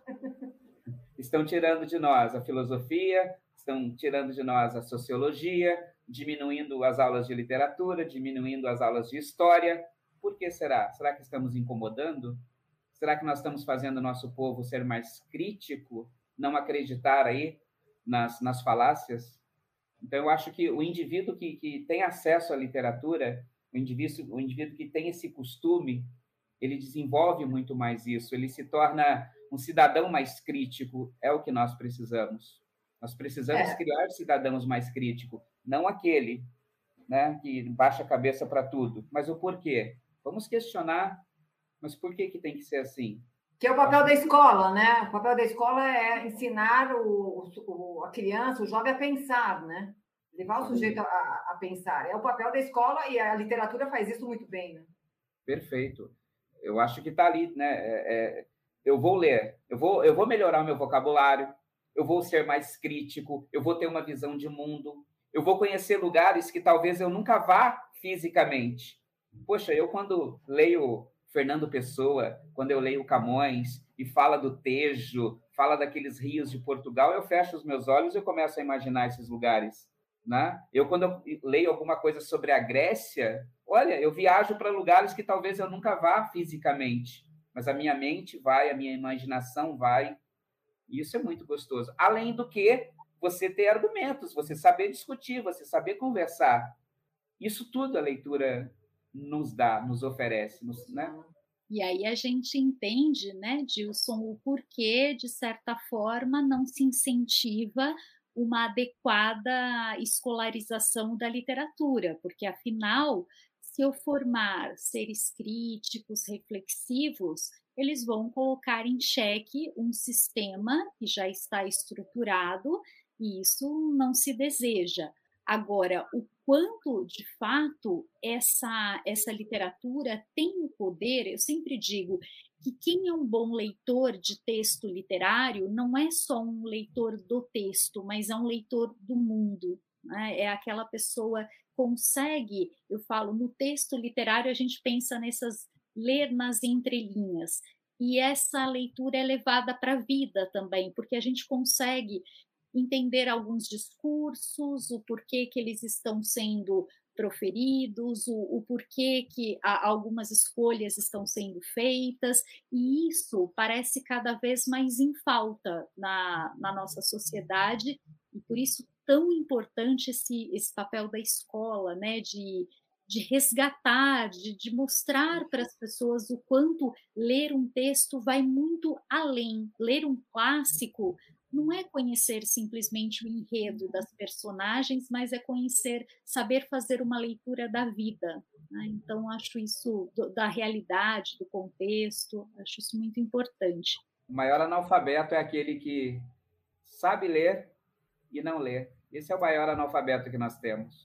Estão tirando de nós a filosofia, estão tirando de nós a sociologia, diminuindo as aulas de literatura, diminuindo as aulas de história. Por que será? Será que estamos incomodando? Será que nós estamos fazendo o nosso povo ser mais crítico, não acreditar aí nas, nas falácias? Então, eu acho que o indivíduo que, que tem acesso à literatura, o indivíduo, o indivíduo que tem esse costume, ele desenvolve muito mais isso, ele se torna um cidadão mais crítico, é o que nós precisamos. Nós precisamos é. criar cidadãos mais críticos, não aquele, né, que baixa a cabeça para tudo. Mas o porquê? Vamos questionar, mas por que, que tem que ser assim? Que é o papel da escola, né? O papel da escola é ensinar o, o, a criança, o jovem a pensar, né? Levar o sujeito a, a pensar. É o papel da escola e a literatura faz isso muito bem, né? Perfeito. Eu acho que está ali, né? É, é, eu vou ler, eu vou, eu vou melhorar o meu vocabulário, eu vou ser mais crítico, eu vou ter uma visão de mundo, eu vou conhecer lugares que talvez eu nunca vá fisicamente. Poxa, eu quando leio Fernando Pessoa, quando eu leio Camões e fala do Tejo, fala daqueles rios de Portugal, eu fecho os meus olhos e eu começo a imaginar esses lugares, né? Eu, quando eu leio alguma coisa sobre a Grécia, olha, eu viajo para lugares que talvez eu nunca vá fisicamente, mas a minha mente vai, a minha imaginação vai, e isso é muito gostoso. Além do que você ter argumentos, você saber discutir, você saber conversar. Isso tudo a leitura nos dá, nos oferece, nos, né? E aí a gente entende, né, Dilson, o porquê, de certa forma, não se incentiva uma adequada escolarização da literatura, porque, afinal, se eu formar seres críticos, reflexivos, eles vão colocar em xeque um sistema que já está estruturado, e isso não se deseja. Agora, o quanto, de fato, essa, essa literatura tem o poder, eu sempre digo que quem é um bom leitor de texto literário não é só um leitor do texto, mas é um leitor do mundo, né? É aquela pessoa que consegue, eu falo, no texto literário a gente pensa nessas, ler nas entrelinhas, e essa leitura é levada para a vida também, porque a gente consegue entender alguns discursos, o porquê que eles estão sendo proferidos, o, o porquê que a, algumas escolhas estão sendo feitas, e isso parece cada vez mais em falta na, na nossa sociedade, e por isso tão importante esse, esse papel da escola, né, de, de resgatar, de, de mostrar para as pessoas o quanto ler um texto vai muito além. Ler um clássico não é conhecer simplesmente o enredo das personagens, mas é conhecer, saber fazer uma leitura da vida, né? Então, acho isso, do, da realidade, do contexto, acho isso muito importante. O maior analfabeto é aquele que sabe ler e não lê. Esse é o maior analfabeto que nós temos.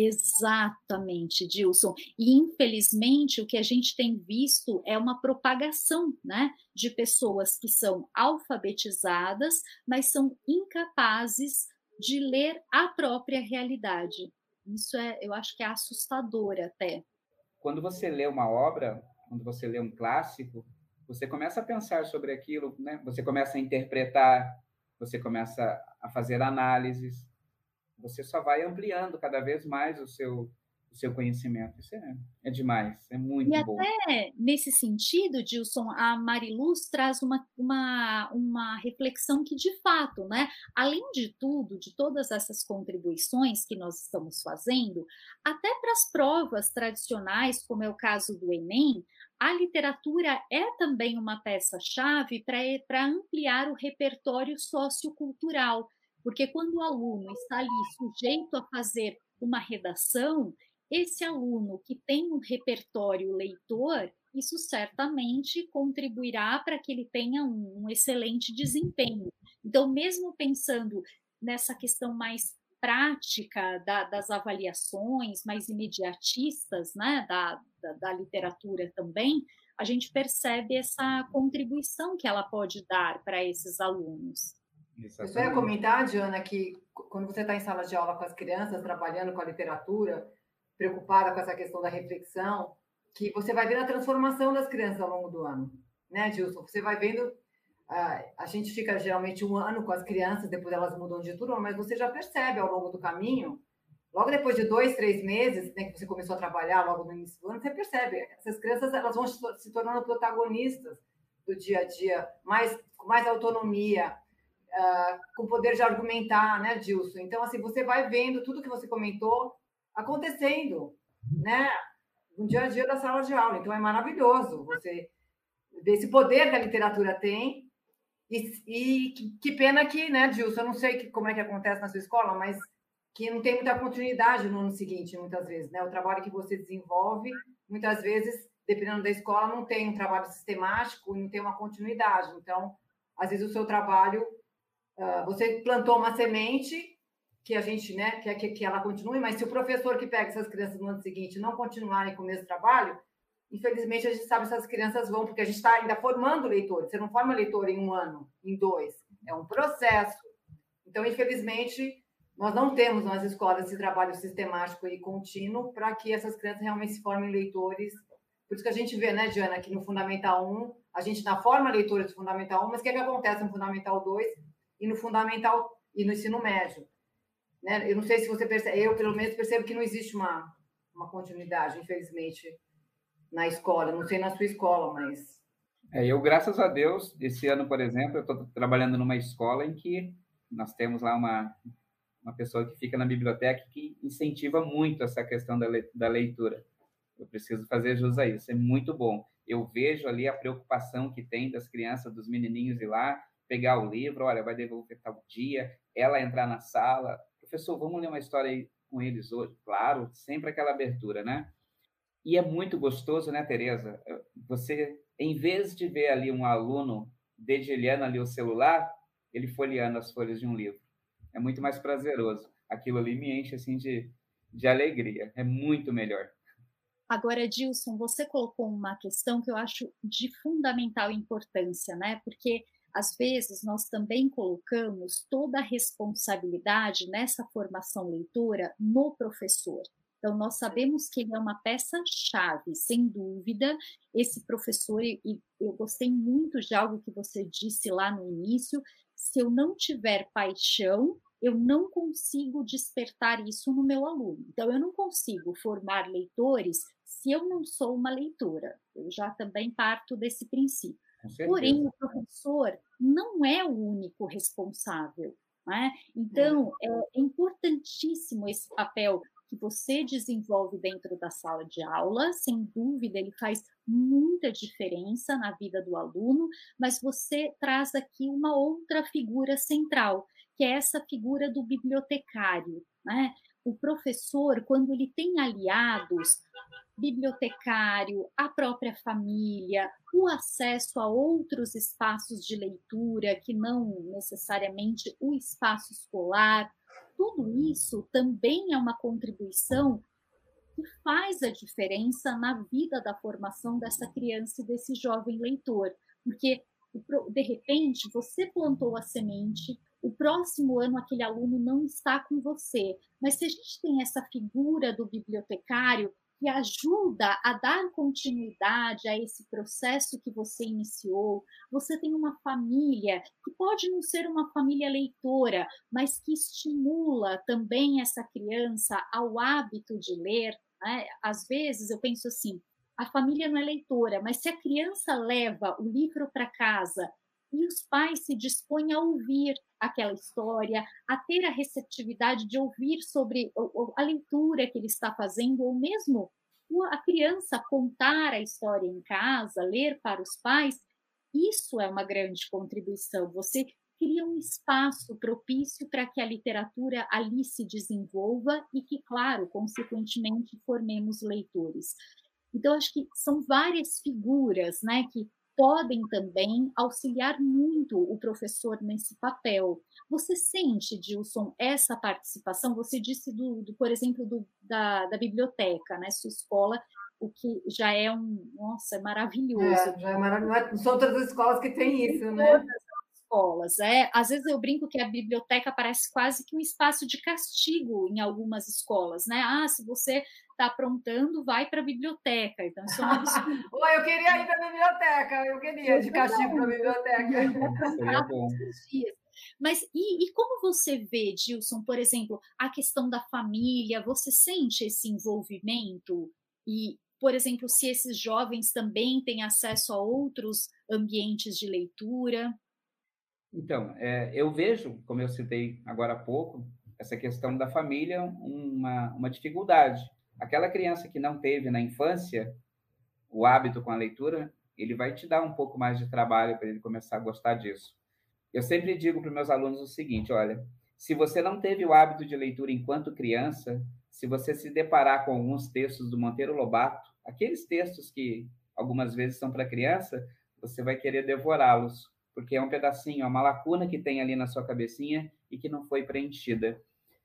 Exatamente, Dilson. E, infelizmente, o que a gente tem visto é uma propagação, né, de pessoas que são alfabetizadas, mas são incapazes de ler a própria realidade. Isso é, eu acho que é assustador até. Quando você lê uma obra, quando você lê um clássico, você começa a pensar sobre aquilo, né? Você começa a interpretar, você começa a fazer análises, você só vai ampliando cada vez mais o seu, o seu conhecimento. Isso é, é demais, é muito e bom. E até nesse sentido, Dilson, a Mariluz traz uma, uma, uma reflexão que, de fato, né, além de tudo, de todas essas contribuições que nós estamos fazendo, até para as provas tradicionais, como é o caso do Enem, a literatura é também uma peça-chave para ampliar o repertório sociocultural. Porque quando o aluno está ali sujeito a fazer uma redação, esse aluno que tem um repertório leitor, isso certamente contribuirá para que ele tenha um, um excelente desempenho. Então, mesmo pensando nessa questão mais prática da, das avaliações, mais imediatistas, né, da, da, da literatura também, a gente percebe essa contribuição que ela pode dar para esses alunos. Exatamente. Eu só ia comentar, Diana, que quando você está em sala de aula com as crianças, trabalhando com a literatura, preocupada com essa questão da reflexão, que você vai vendo a transformação das crianças ao longo do ano, né, Dilson? Você vai vendo, a, a gente fica geralmente um ano com as crianças, depois elas mudam de turma, mas você já percebe ao longo do caminho, logo depois de dois, três meses, né, que você começou a trabalhar logo no início do ano, você percebe, essas crianças elas vão se tornando protagonistas do dia a dia, mais, com mais autonomia, Uh, com poder de argumentar, né, Dilson? Então, assim, você vai vendo tudo que você comentou acontecendo, né, no dia a dia da sala de aula. Então, é maravilhoso você ver esse poder que a literatura tem. E, e que, que pena que, né, Dilson, eu não sei que, como é que acontece na sua escola, mas que não tem muita continuidade no ano seguinte, muitas vezes, né? O trabalho que você desenvolve, muitas vezes, dependendo da escola, não tem um trabalho sistemático e não tem uma continuidade. Então, às vezes, o seu trabalho... Uh, você plantou uma semente que a gente, né, quer que, que ela continue, mas se o professor que pega essas crianças no ano seguinte não continuarem com o mesmo trabalho, infelizmente a gente sabe que essas crianças vão, porque a gente está ainda formando leitores. Você não forma leitor em um ano, em dois. É um processo. Então, infelizmente, nós não temos nas escolas esse trabalho sistemático e contínuo para que essas crianças realmente se formem leitores. Por isso que a gente vê, né, Diana, que no Fundamental um, a gente ainda forma leitores do Fundamental um, mas o que, é que acontece no Fundamental dois e no Fundamental e no ensino médio? Né? Eu não sei se você percebe, eu pelo menos percebo que não existe uma, uma continuidade, infelizmente, na escola. Não sei na sua escola, mas... É, eu, graças a Deus, esse ano, por exemplo, eu estou trabalhando numa escola em que nós temos lá uma, uma pessoa que fica na biblioteca que incentiva muito essa questão da, le, da leitura. Eu preciso fazer jus a isso, é muito bom. Eu vejo ali a preocupação que tem das crianças, dos menininhos ir lá, pegar o livro, olha, vai devolver tal dia, ela entrar na sala, professor, vamos ler uma história aí com eles hoje? Claro, sempre aquela abertura, né? E é muito gostoso, né, Tereza? Você, em vez de ver ali um aluno dedilhando ali o celular, ele folheando as folhas de um livro. É muito mais prazeroso. Aquilo ali me enche, assim, de, de alegria. É muito melhor. Agora, Dilson, você colocou uma questão que eu acho de fundamental importância, né? Porque às vezes nós também colocamos toda a responsabilidade nessa formação leitora no professor. Então, nós sabemos que ele é uma peça-chave, sem dúvida, esse professor, e eu gostei muito de algo que você disse lá no início, Se eu não tiver paixão, eu não consigo despertar isso no meu aluno. Então, eu não consigo formar leitores se eu não sou uma leitora. Eu já também parto desse princípio. Porém, o professor não é o único responsável, né? Então, é importantíssimo esse papel que você desenvolve dentro da sala de aula, sem dúvida, ele faz muita diferença na vida do aluno, mas você traz aqui uma outra figura central, que é essa figura do bibliotecário, né? O professor, quando ele tem aliados, bibliotecário, a própria família, o acesso a outros espaços de leitura que não necessariamente o espaço escolar, tudo isso também é uma contribuição que faz a diferença na vida da formação dessa criança e desse jovem leitor, porque de repente você plantou a semente, o próximo ano aquele aluno não está com você, mas se a gente tem essa figura do bibliotecário que ajuda a dar continuidade a esse processo que você iniciou, você tem uma família que pode não ser uma família leitora, mas que estimula também essa criança ao hábito de ler, né? Às vezes eu penso assim, a família não é leitora, mas se a criança leva o livro para casa e os pais se dispõem a ouvir aquela história, a ter a receptividade de ouvir sobre a leitura que ele está fazendo, ou mesmo a criança contar a história em casa, ler para os pais, isso é uma grande contribuição. Você cria um espaço propício para que a literatura ali se desenvolva e que, claro, consequentemente, formemos leitores. Então, acho que são várias figuras, né, que podem também auxiliar muito o professor nesse papel. Você sente, Dilson, essa participação? Você disse, do, do por exemplo, do, da, da biblioteca, né? Sua escola, o que já é um... Nossa, é maravilhoso. É, já é maravilhoso. Não são todas as escolas que têm isso, né? Todas as escolas. É. Às vezes eu brinco que a biblioteca parece quase que um espaço de castigo em algumas escolas, né? Ah, se você está aprontando, vai para a biblioteca. Então, isso é um absurdo. Oi, eu queria ir para a biblioteca, eu queria de castigo para a biblioteca. Seria bom. Mas e, e como você vê, Dilson, por exemplo, a questão da família, você sente esse envolvimento? E, por exemplo, se esses jovens também têm acesso a outros ambientes de leitura? Então, é, eu vejo, como eu citei agora há pouco, essa questão da família uma, uma dificuldade. Aquela criança que não teve na infância o hábito com a leitura, ele vai te dar um pouco mais de trabalho para ele começar a gostar disso. Eu sempre digo para os meus alunos o seguinte, olha, se você não teve o hábito de leitura enquanto criança, se você se deparar com alguns textos do Monteiro Lobato, aqueles textos que algumas vezes são para criança, você vai querer devorá-los, porque é um pedacinho, é uma lacuna que tem ali na sua cabecinha e que não foi preenchida.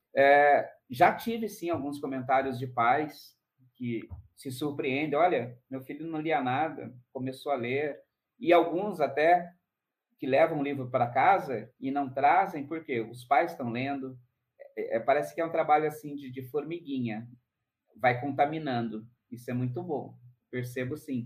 É, já tive, sim, alguns comentários de pais que se surpreendem. Olha, meu filho não lia nada, começou a ler. E alguns até que levam o livro para casa e não trazem, porque os pais estão lendo. É, parece que é um trabalho assim de, de formiguinha. Vai contaminando. Isso é muito bom. Percebo, sim.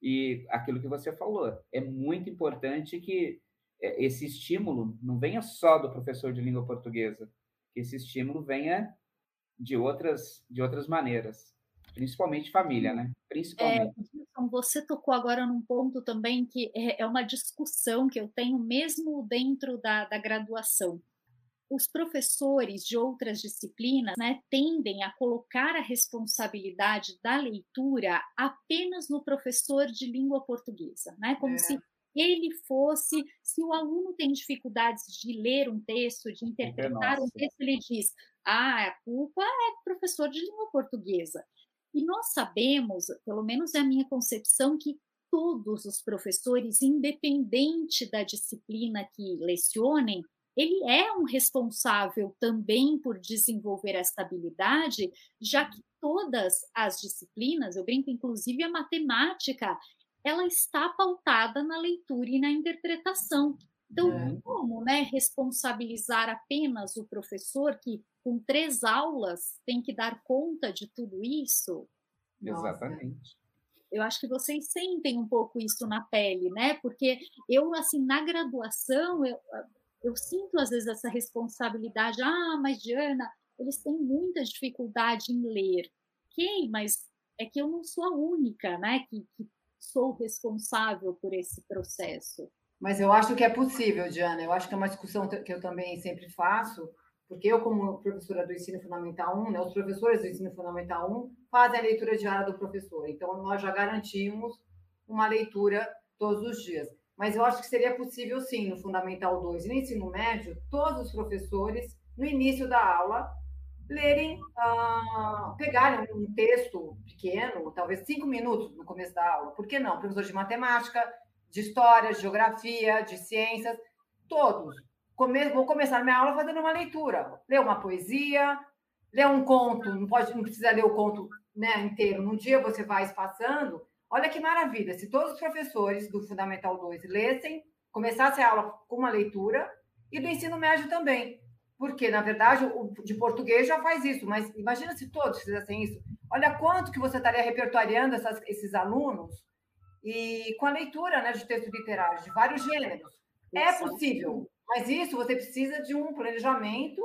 E aquilo que você falou, é muito importante que esse estímulo não venha só do professor de língua portuguesa, que esse estímulo venha de outras, de outras maneiras, principalmente família, né? Principalmente. É, você tocou agora num ponto também que é uma discussão que eu tenho mesmo dentro da, da graduação. Os professores de outras disciplinas, né, tendem a colocar a responsabilidade da leitura apenas no professor de língua portuguesa, né? Como é. se ele fosse, se o aluno tem dificuldades de ler um texto, de interpretar um texto, ele diz, ah, a culpa é do professor de língua portuguesa. E nós sabemos, pelo menos é a minha concepção, que todos os professores, independente da disciplina que lecionem, ele é um responsável também por desenvolver essa habilidade, já que todas as disciplinas, eu brinco, inclusive a matemática, ela está pautada na leitura e na interpretação. Então, é. como, né, responsabilizar apenas o professor que, com três aulas, tem que dar conta de tudo isso? Exatamente. Eu acho que vocês sentem um pouco isso na pele, né? Porque eu, assim, na graduação, eu, eu sinto às vezes essa responsabilidade, ah, mas Diana, eles têm muita dificuldade em ler. Ok, mas é que eu não sou a única, né, que, que sou responsável por esse processo. Mas eu acho que é possível, Diana. Eu acho que é uma discussão que eu também sempre faço, porque eu, como professora do Ensino Fundamental um, né, os professores do Ensino Fundamental um fazem a leitura diária do professor. Então, nós já garantimos uma leitura todos os dias. Mas eu acho que seria possível, sim, no Fundamental dois e no Ensino Médio, todos os professores, no início da aula, lerem, uh, pegarem um texto pequeno, talvez cinco minutos no começo da aula. Por que não? Professor de matemática, de história, de geografia, de ciências, todos. Come vou começar minha aula fazendo uma leitura. Ler uma poesia, ler um conto, não, pode, não precisa ler o conto, né, inteiro. Num dia você vai espaçando. Olha que maravilha, se todos os professores do Fundamental dois lessem, começassem a aula com uma leitura, e do ensino médio também. Porque, na verdade, o de português já faz isso, mas imagina se todos fizessem isso. Olha quanto que você estaria repertoriando essas, esses alunos e com a leitura, né, de texto literário, de vários gêneros. É possível, mas isso você precisa de um planejamento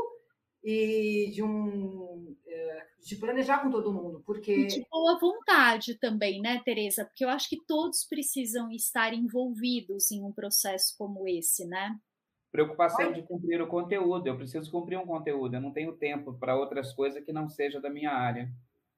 e de um de planejar com todo mundo, porque e de boa vontade também, né, Tereza? Porque eu acho que todos precisam estar envolvidos em um processo como esse, né? Preocupação Oi? de cumprir o conteúdo. Eu preciso cumprir um conteúdo. Eu não tenho tempo para outras coisas que não seja da minha área.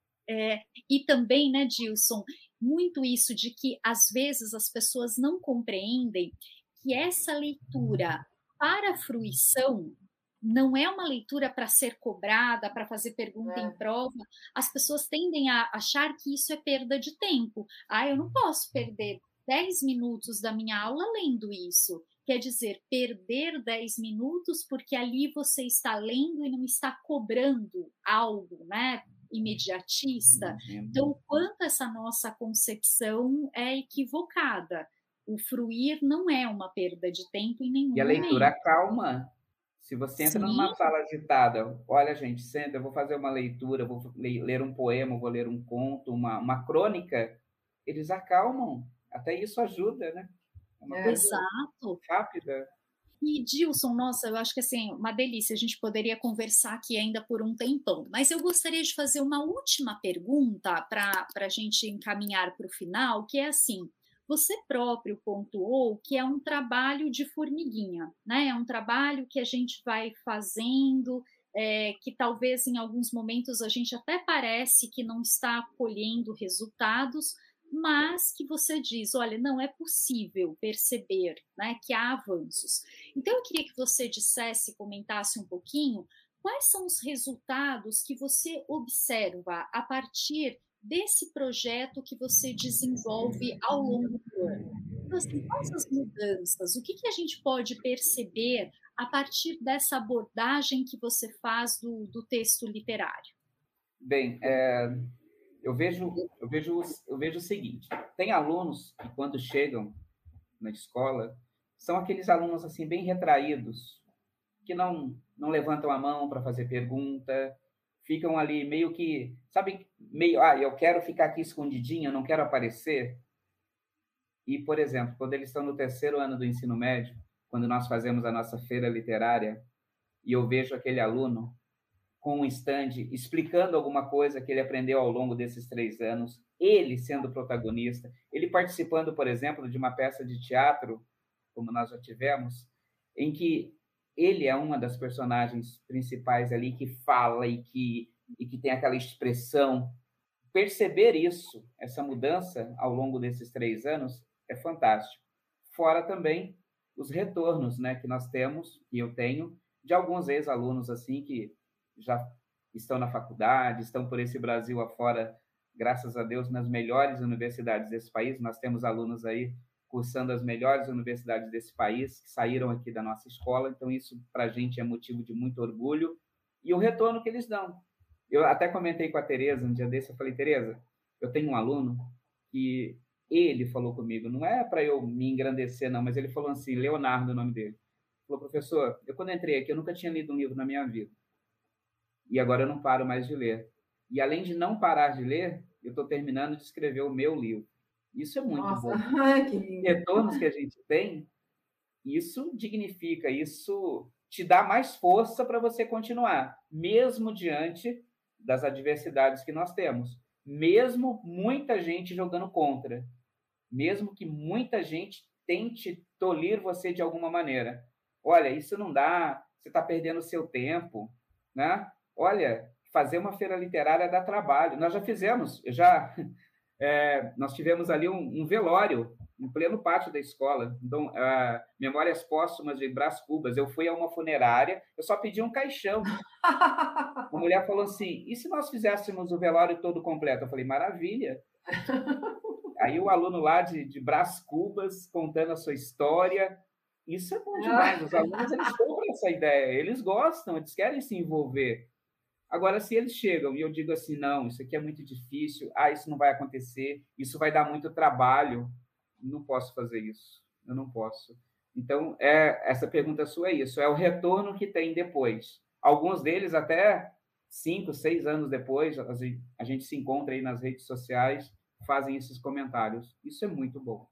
É, e também, né, Dilson, muito isso de que às vezes as pessoas não compreendem que essa leitura para a fruição não é uma leitura para ser cobrada, para fazer pergunta é. em prova. As pessoas tendem a achar que isso é perda de tempo. Ah, eu não posso perder dez minutos da minha aula lendo isso. Quer dizer, perder dez minutos porque ali você está lendo e não está cobrando algo, né? Imediatista. Então, o quanto essa nossa concepção é equivocada. O fruir não é uma perda de tempo em nenhum momento. E a leitura momento. calma. Se você entra Sim. numa sala agitada, olha, gente, senta, eu vou fazer uma leitura, vou ler um poema, vou ler um conto, uma, uma crônica, eles acalmam. Até isso ajuda, né? É uma coisa Exato. rápida. E, Dilson, nossa, eu acho que assim, uma delícia, a gente poderia conversar aqui ainda por um tempão, mas eu gostaria de fazer uma última pergunta para a gente encaminhar para o final, que é assim, você próprio pontuou que é um trabalho de formiguinha, né? É um trabalho que a gente vai fazendo, é, que talvez em alguns momentos a gente até parece que não está colhendo resultados, mas que você diz, olha, não é possível perceber, né, que há avanços. Então, eu queria que você dissesse, comentasse um pouquinho, quais são os resultados que você observa a partir desse projeto que você desenvolve ao longo do ano. Então, assim, quais as mudanças? O que, que a gente pode perceber a partir dessa abordagem que você faz do, do texto literário? Bem, é... Eu vejo, eu, vejo, eu vejo o seguinte, tem alunos que quando chegam na escola, são aqueles alunos assim bem retraídos, que não, não levantam a mão para fazer pergunta, ficam ali meio que, sabe, meio, ah, eu quero ficar aqui escondidinho, eu não quero aparecer. E, por exemplo, quando eles estão no terceiro ano do ensino médio, quando nós fazemos a nossa feira literária, e eu vejo aquele aluno com um stand, explicando alguma coisa que ele aprendeu ao longo desses três anos, ele sendo protagonista, ele participando, por exemplo, de uma peça de teatro, como nós já tivemos, em que ele é uma das personagens principais ali que fala e que, e que tem aquela expressão. Perceber isso, essa mudança ao longo desses três anos, é fantástico. Fora também os retornos, né, que nós temos, que eu tenho, de alguns ex-alunos assim que já estão na faculdade, estão por esse Brasil afora, graças a Deus, nas melhores universidades desse país. Nós temos alunos aí cursando as melhores universidades desse país, que saíram aqui da nossa escola, então isso para a gente é motivo de muito orgulho, e o retorno que eles dão. Eu até comentei com a Tereza, um dia desse, eu falei, Tereza, eu tenho um aluno que ele falou comigo, não é para eu me engrandecer não, mas ele falou assim, Leonardo, o nome dele, falou, professor, eu quando entrei aqui, eu nunca tinha lido um livro na minha vida, e agora eu não paro mais de ler. E além de não parar de ler, eu estou terminando de escrever o meu livro. Isso é muito Nossa, bom. que lindo. Retornos que a gente tem isso dignifica, isso te dá mais força para você continuar, mesmo diante das adversidades que nós temos, mesmo muita gente jogando contra, mesmo que muita gente tente tolir você de alguma maneira. Olha, isso não dá, você está perdendo o seu tempo, né? Olha, fazer uma feira literária dá trabalho. Nós já fizemos, eu já, é, nós tivemos ali um, um velório em pleno pátio da escola. Então, uh, Memórias Póstumas de Brás Cubas. Eu fui a uma funerária, eu só pedi um caixão. A mulher falou assim, e se nós fizéssemos o velório todo completo? Eu falei, maravilha. Aí o aluno lá de, de Brás Cubas contando a sua história. Isso é bom demais. Os alunos, eles compram essa ideia, eles gostam, eles querem se envolver. Agora, se eles chegam e eu digo assim, não, isso aqui é muito difícil, ah, isso não vai acontecer, isso vai dar muito trabalho, não posso fazer isso, eu não posso. Então, é, essa pergunta sua é isso, é o retorno que tem depois. Alguns deles até cinco, seis anos depois, a gente se encontra aí nas redes sociais, fazem esses comentários. Isso é muito bom.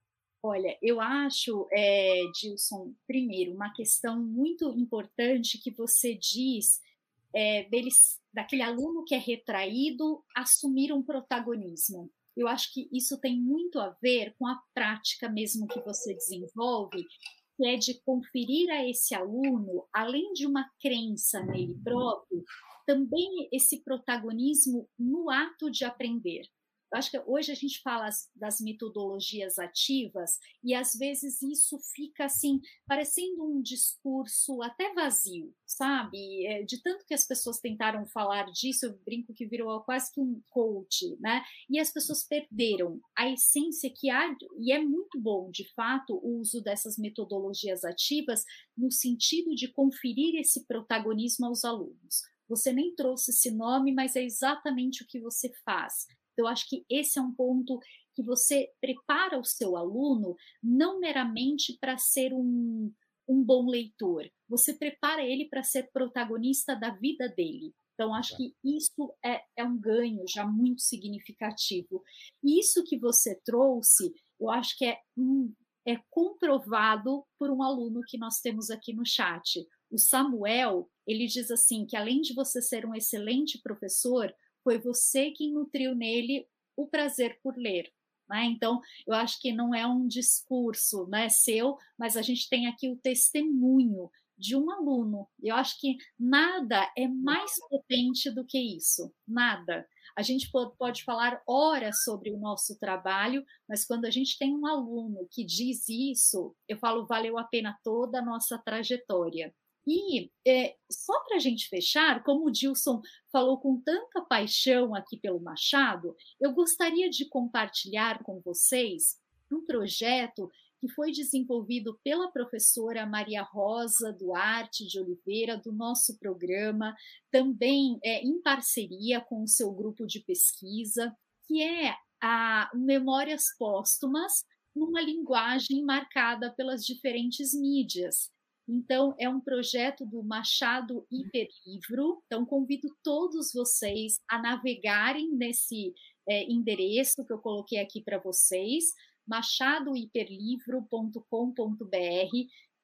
Olha, eu acho, é, Gilson, primeiro, uma questão muito importante que você diz é, deles, daquele aluno que é retraído assumir um protagonismo. Eu acho que isso tem muito a ver com a prática mesmo que você desenvolve, que é de conferir a esse aluno, além de uma crença nele próprio, também esse protagonismo no ato de aprender. Eu acho que hoje a gente fala das metodologias ativas e às vezes isso fica assim, parecendo um discurso até vazio, sabe? De tanto que as pessoas tentaram falar disso, eu brinco que virou quase que um coach, né? E as pessoas perderam a essência que há, e é muito bom, de fato, o uso dessas metodologias ativas no sentido de conferir esse protagonismo aos alunos. Você nem trouxe esse nome, mas é exatamente o que você faz. Eu acho que esse é um ponto que você prepara o seu aluno não meramente para ser um, um bom leitor, você prepara ele para ser protagonista da vida dele. Então, acho que isso é, é um ganho já muito significativo. E isso que você trouxe, eu acho que é, um, é comprovado por um aluno que nós temos aqui no chat. O Samuel, ele diz assim, que além de você ser um excelente professor, foi você quem nutriu nele o prazer por ler. Né? Então, eu acho que não é um discurso, né, seu, mas a gente tem aqui o testemunho de um aluno. Eu acho que nada é mais potente do que isso, nada. A gente pode, pode falar horas sobre o nosso trabalho, mas quando a gente tem um aluno que diz isso, eu falo, valeu a pena toda a nossa trajetória. E é, só para a gente fechar, como o Gilson falou com tanta paixão aqui pelo Machado, eu gostaria de compartilhar com vocês um projeto que foi desenvolvido pela professora Maria Rosa Duarte de Oliveira, do nosso programa, também é, em parceria com o seu grupo de pesquisa, que é a Memórias Póstumas, numa linguagem marcada pelas diferentes mídias. Então, é um projeto do Machado Hiperlivro. Então, convido todos vocês a navegarem nesse é, endereço que eu coloquei aqui para vocês, machado hiperlivro ponto com ponto b r.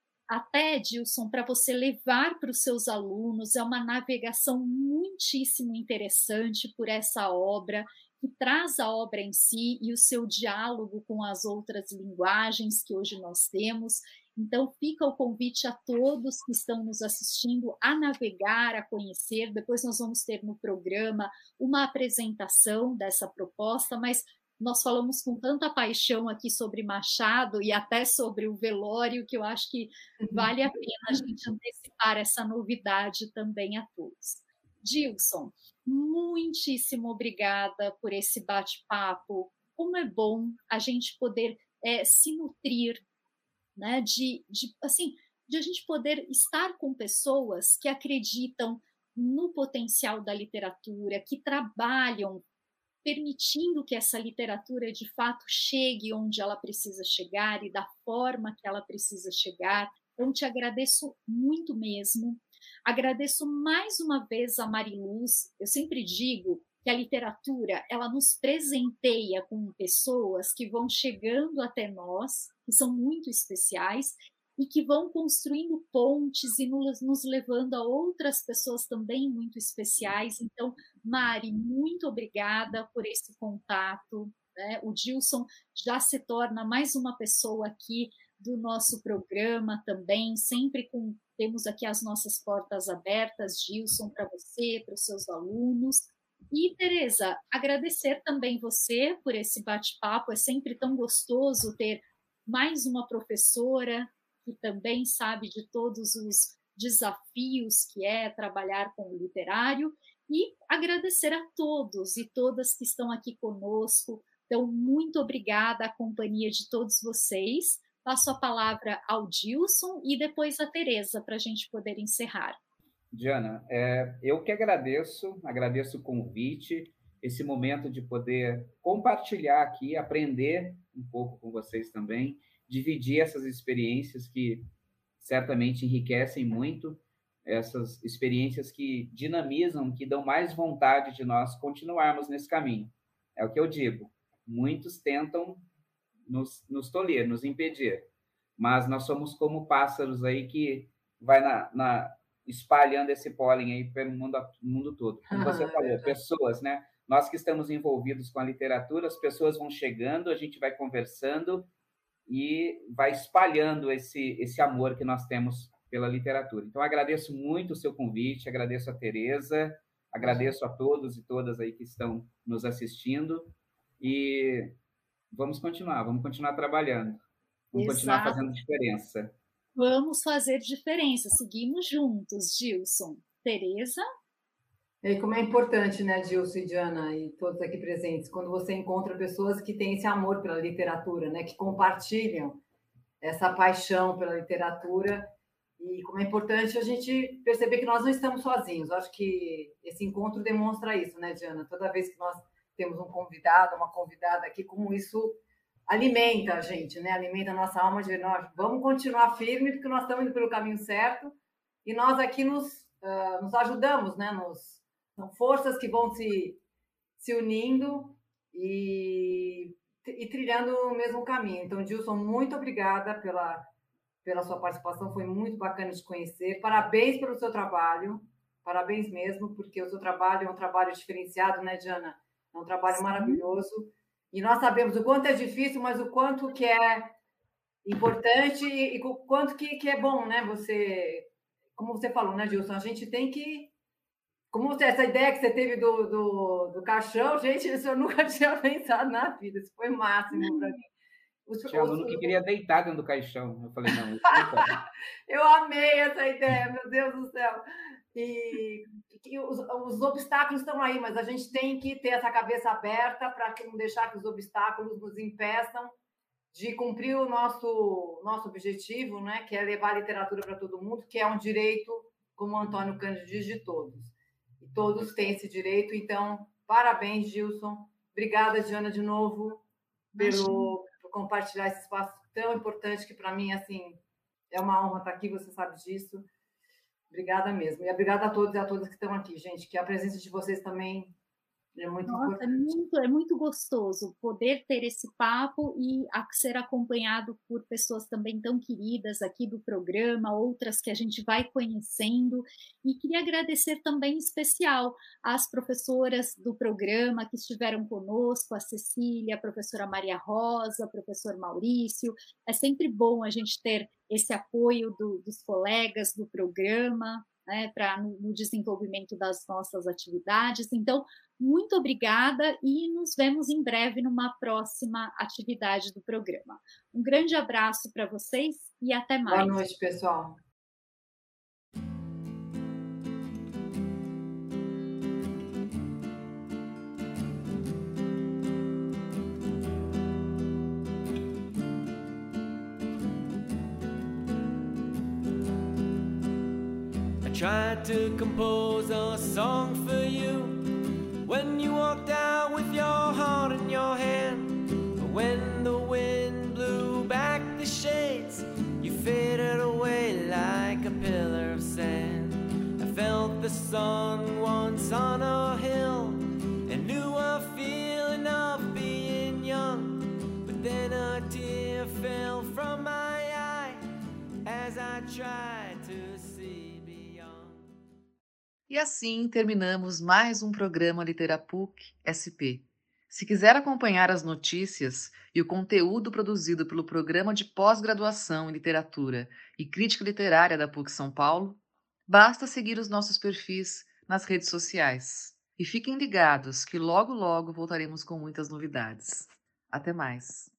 Até, Gilson, para você levar para os seus alunos, é uma navegação muitíssimo interessante por essa obra, que traz a obra em si e o seu diálogo com as outras linguagens que hoje nós temos. Então, fica o convite a todos que estão nos assistindo a navegar, a conhecer. Depois nós vamos ter no programa uma apresentação dessa proposta, mas nós falamos com tanta paixão aqui sobre Machado e até sobre o velório, que eu acho que vale a pena a gente antecipar essa novidade também a todos. Gilson, muitíssimo obrigada por esse bate-papo. Como é bom a gente poder é, se nutrir, né, de, de, assim, de a gente poder estar com pessoas que acreditam no potencial da literatura, que trabalham permitindo que essa literatura de fato chegue onde ela precisa chegar e da forma que ela precisa chegar. Eu te agradeço muito mesmo. Agradeço mais uma vez a Mariluz. Eu sempre digo que a literatura, ela nos presenteia com pessoas que vão chegando até nós, que são muito especiais, e que vão construindo pontes e nos, nos levando a outras pessoas também muito especiais. Então, Mari, muito obrigada por esse contato, né? O Gilson já se torna mais uma pessoa aqui do nosso programa também, sempre com, temos aqui as nossas portas abertas, Gilson, para você, para os seus alunos. E, Tereza, agradecer também você por esse bate-papo, é sempre tão gostoso ter mais uma professora que também sabe de todos os desafios que é trabalhar com o literário, e agradecer a todos e todas que estão aqui conosco. Então, muito obrigada à companhia de todos vocês. Passo a palavra ao Gilson e depois a Tereza para a gente poder encerrar. Diana, é, eu que agradeço, agradeço o convite, esse momento de poder compartilhar aqui, aprender um pouco com vocês também, dividir essas experiências que certamente enriquecem muito, essas experiências que dinamizam, que dão mais vontade de nós continuarmos nesse caminho. É o que eu digo, muitos tentam nos, nos tolir, nos impedir, mas nós somos como pássaros aí que vai na, na, espalhando esse pólen aí pelo mundo, mundo todo. Como você falou, pessoas, né? Nós que estamos envolvidos com a literatura, as pessoas vão chegando, a gente vai conversando e vai espalhando esse, esse amor que nós temos pela literatura. Então, agradeço muito o seu convite, agradeço a Tereza, agradeço a todos e todas aí que estão nos assistindo e vamos continuar, vamos continuar trabalhando, vamos Exato. continuar fazendo diferença. Vamos fazer diferença, seguimos juntos, Gilson. Tereza? E como é importante, né, Gilson e Diana e todos aqui presentes, quando você encontra pessoas que têm esse amor pela literatura, né, que compartilham essa paixão pela literatura, e como é importante a gente perceber que nós não estamos sozinhos. Eu acho que esse encontro demonstra isso, né, Diana? Toda vez que nós temos um convidado, uma convidada aqui, como isso alimenta a gente, né? Alimenta a nossa alma de nós. Vamos continuar firme, porque nós estamos indo pelo caminho certo e nós aqui nos, uh, nos ajudamos, né? Nos, são forças que vão se, se unindo e, e trilhando o mesmo caminho. Então, Gilson, muito obrigada pela, pela sua participação, foi muito bacana te conhecer. Parabéns pelo seu trabalho, parabéns mesmo, porque o seu trabalho é um trabalho diferenciado, né, Diana? É um trabalho Sim. maravilhoso. E nós sabemos o quanto é difícil, mas o quanto que é importante e o quanto que, que é bom, né? Você, como você falou, né, Gilson? A gente tem que... Como você, essa ideia que você teve do, do, do caixão, gente, isso eu nunca tinha pensado na vida. Isso foi o máximo para mim. Os, Tinha os, aluno que queria deitar dentro do caixão. Eu falei, não, isso não Eu amei essa ideia, meu Deus do céu. E, e os, os obstáculos estão aí, mas a gente tem que ter essa cabeça aberta para não deixar que os obstáculos nos impeçam de cumprir o nosso, nosso objetivo, né, que é levar a literatura para todo mundo, que é um direito, como o Antônio Cândido diz, de todos. E todos têm esse direito, então, parabéns, Gilson. Obrigada, Diana, de novo, pelo, por compartilhar esse espaço tão importante que, para mim, assim, é uma honra estar aqui, você sabe disso. Obrigada mesmo. E obrigada a todos e a todas que estão aqui, gente, que a presença de vocês também é muito Nossa, importante. É muito, é muito gostoso poder ter esse papo e ser acompanhado por pessoas também tão queridas aqui do programa, outras que a gente vai conhecendo. E queria agradecer também em especial às professoras do programa que estiveram conosco, a Cecília, a professora Maria Rosa, o professor Maurício. É sempre bom a gente ter esse apoio do, dos colegas do programa, né, para no, no desenvolvimento das nossas atividades. Então, muito obrigada e nos vemos em breve numa próxima atividade do programa. Um grande abraço para vocês e até mais. Boa noite, pessoal. Tried to compose a song for you when you walked out with your heart in your hand. When the wind blew back the shades, you faded away like a pillar of sand. I felt the sun once on a hill and knew a feeling of being young, but then a tear fell from my eye try to see beyond. E assim terminamos mais um programa Literapuc S P. Se quiser acompanhar as notícias e o conteúdo produzido pelo Programa de Pós-Graduação em Literatura e Crítica Literária da P U C São Paulo, basta seguir os nossos perfis nas redes sociais. E fiquem ligados que logo logo voltaremos com muitas novidades. Até mais!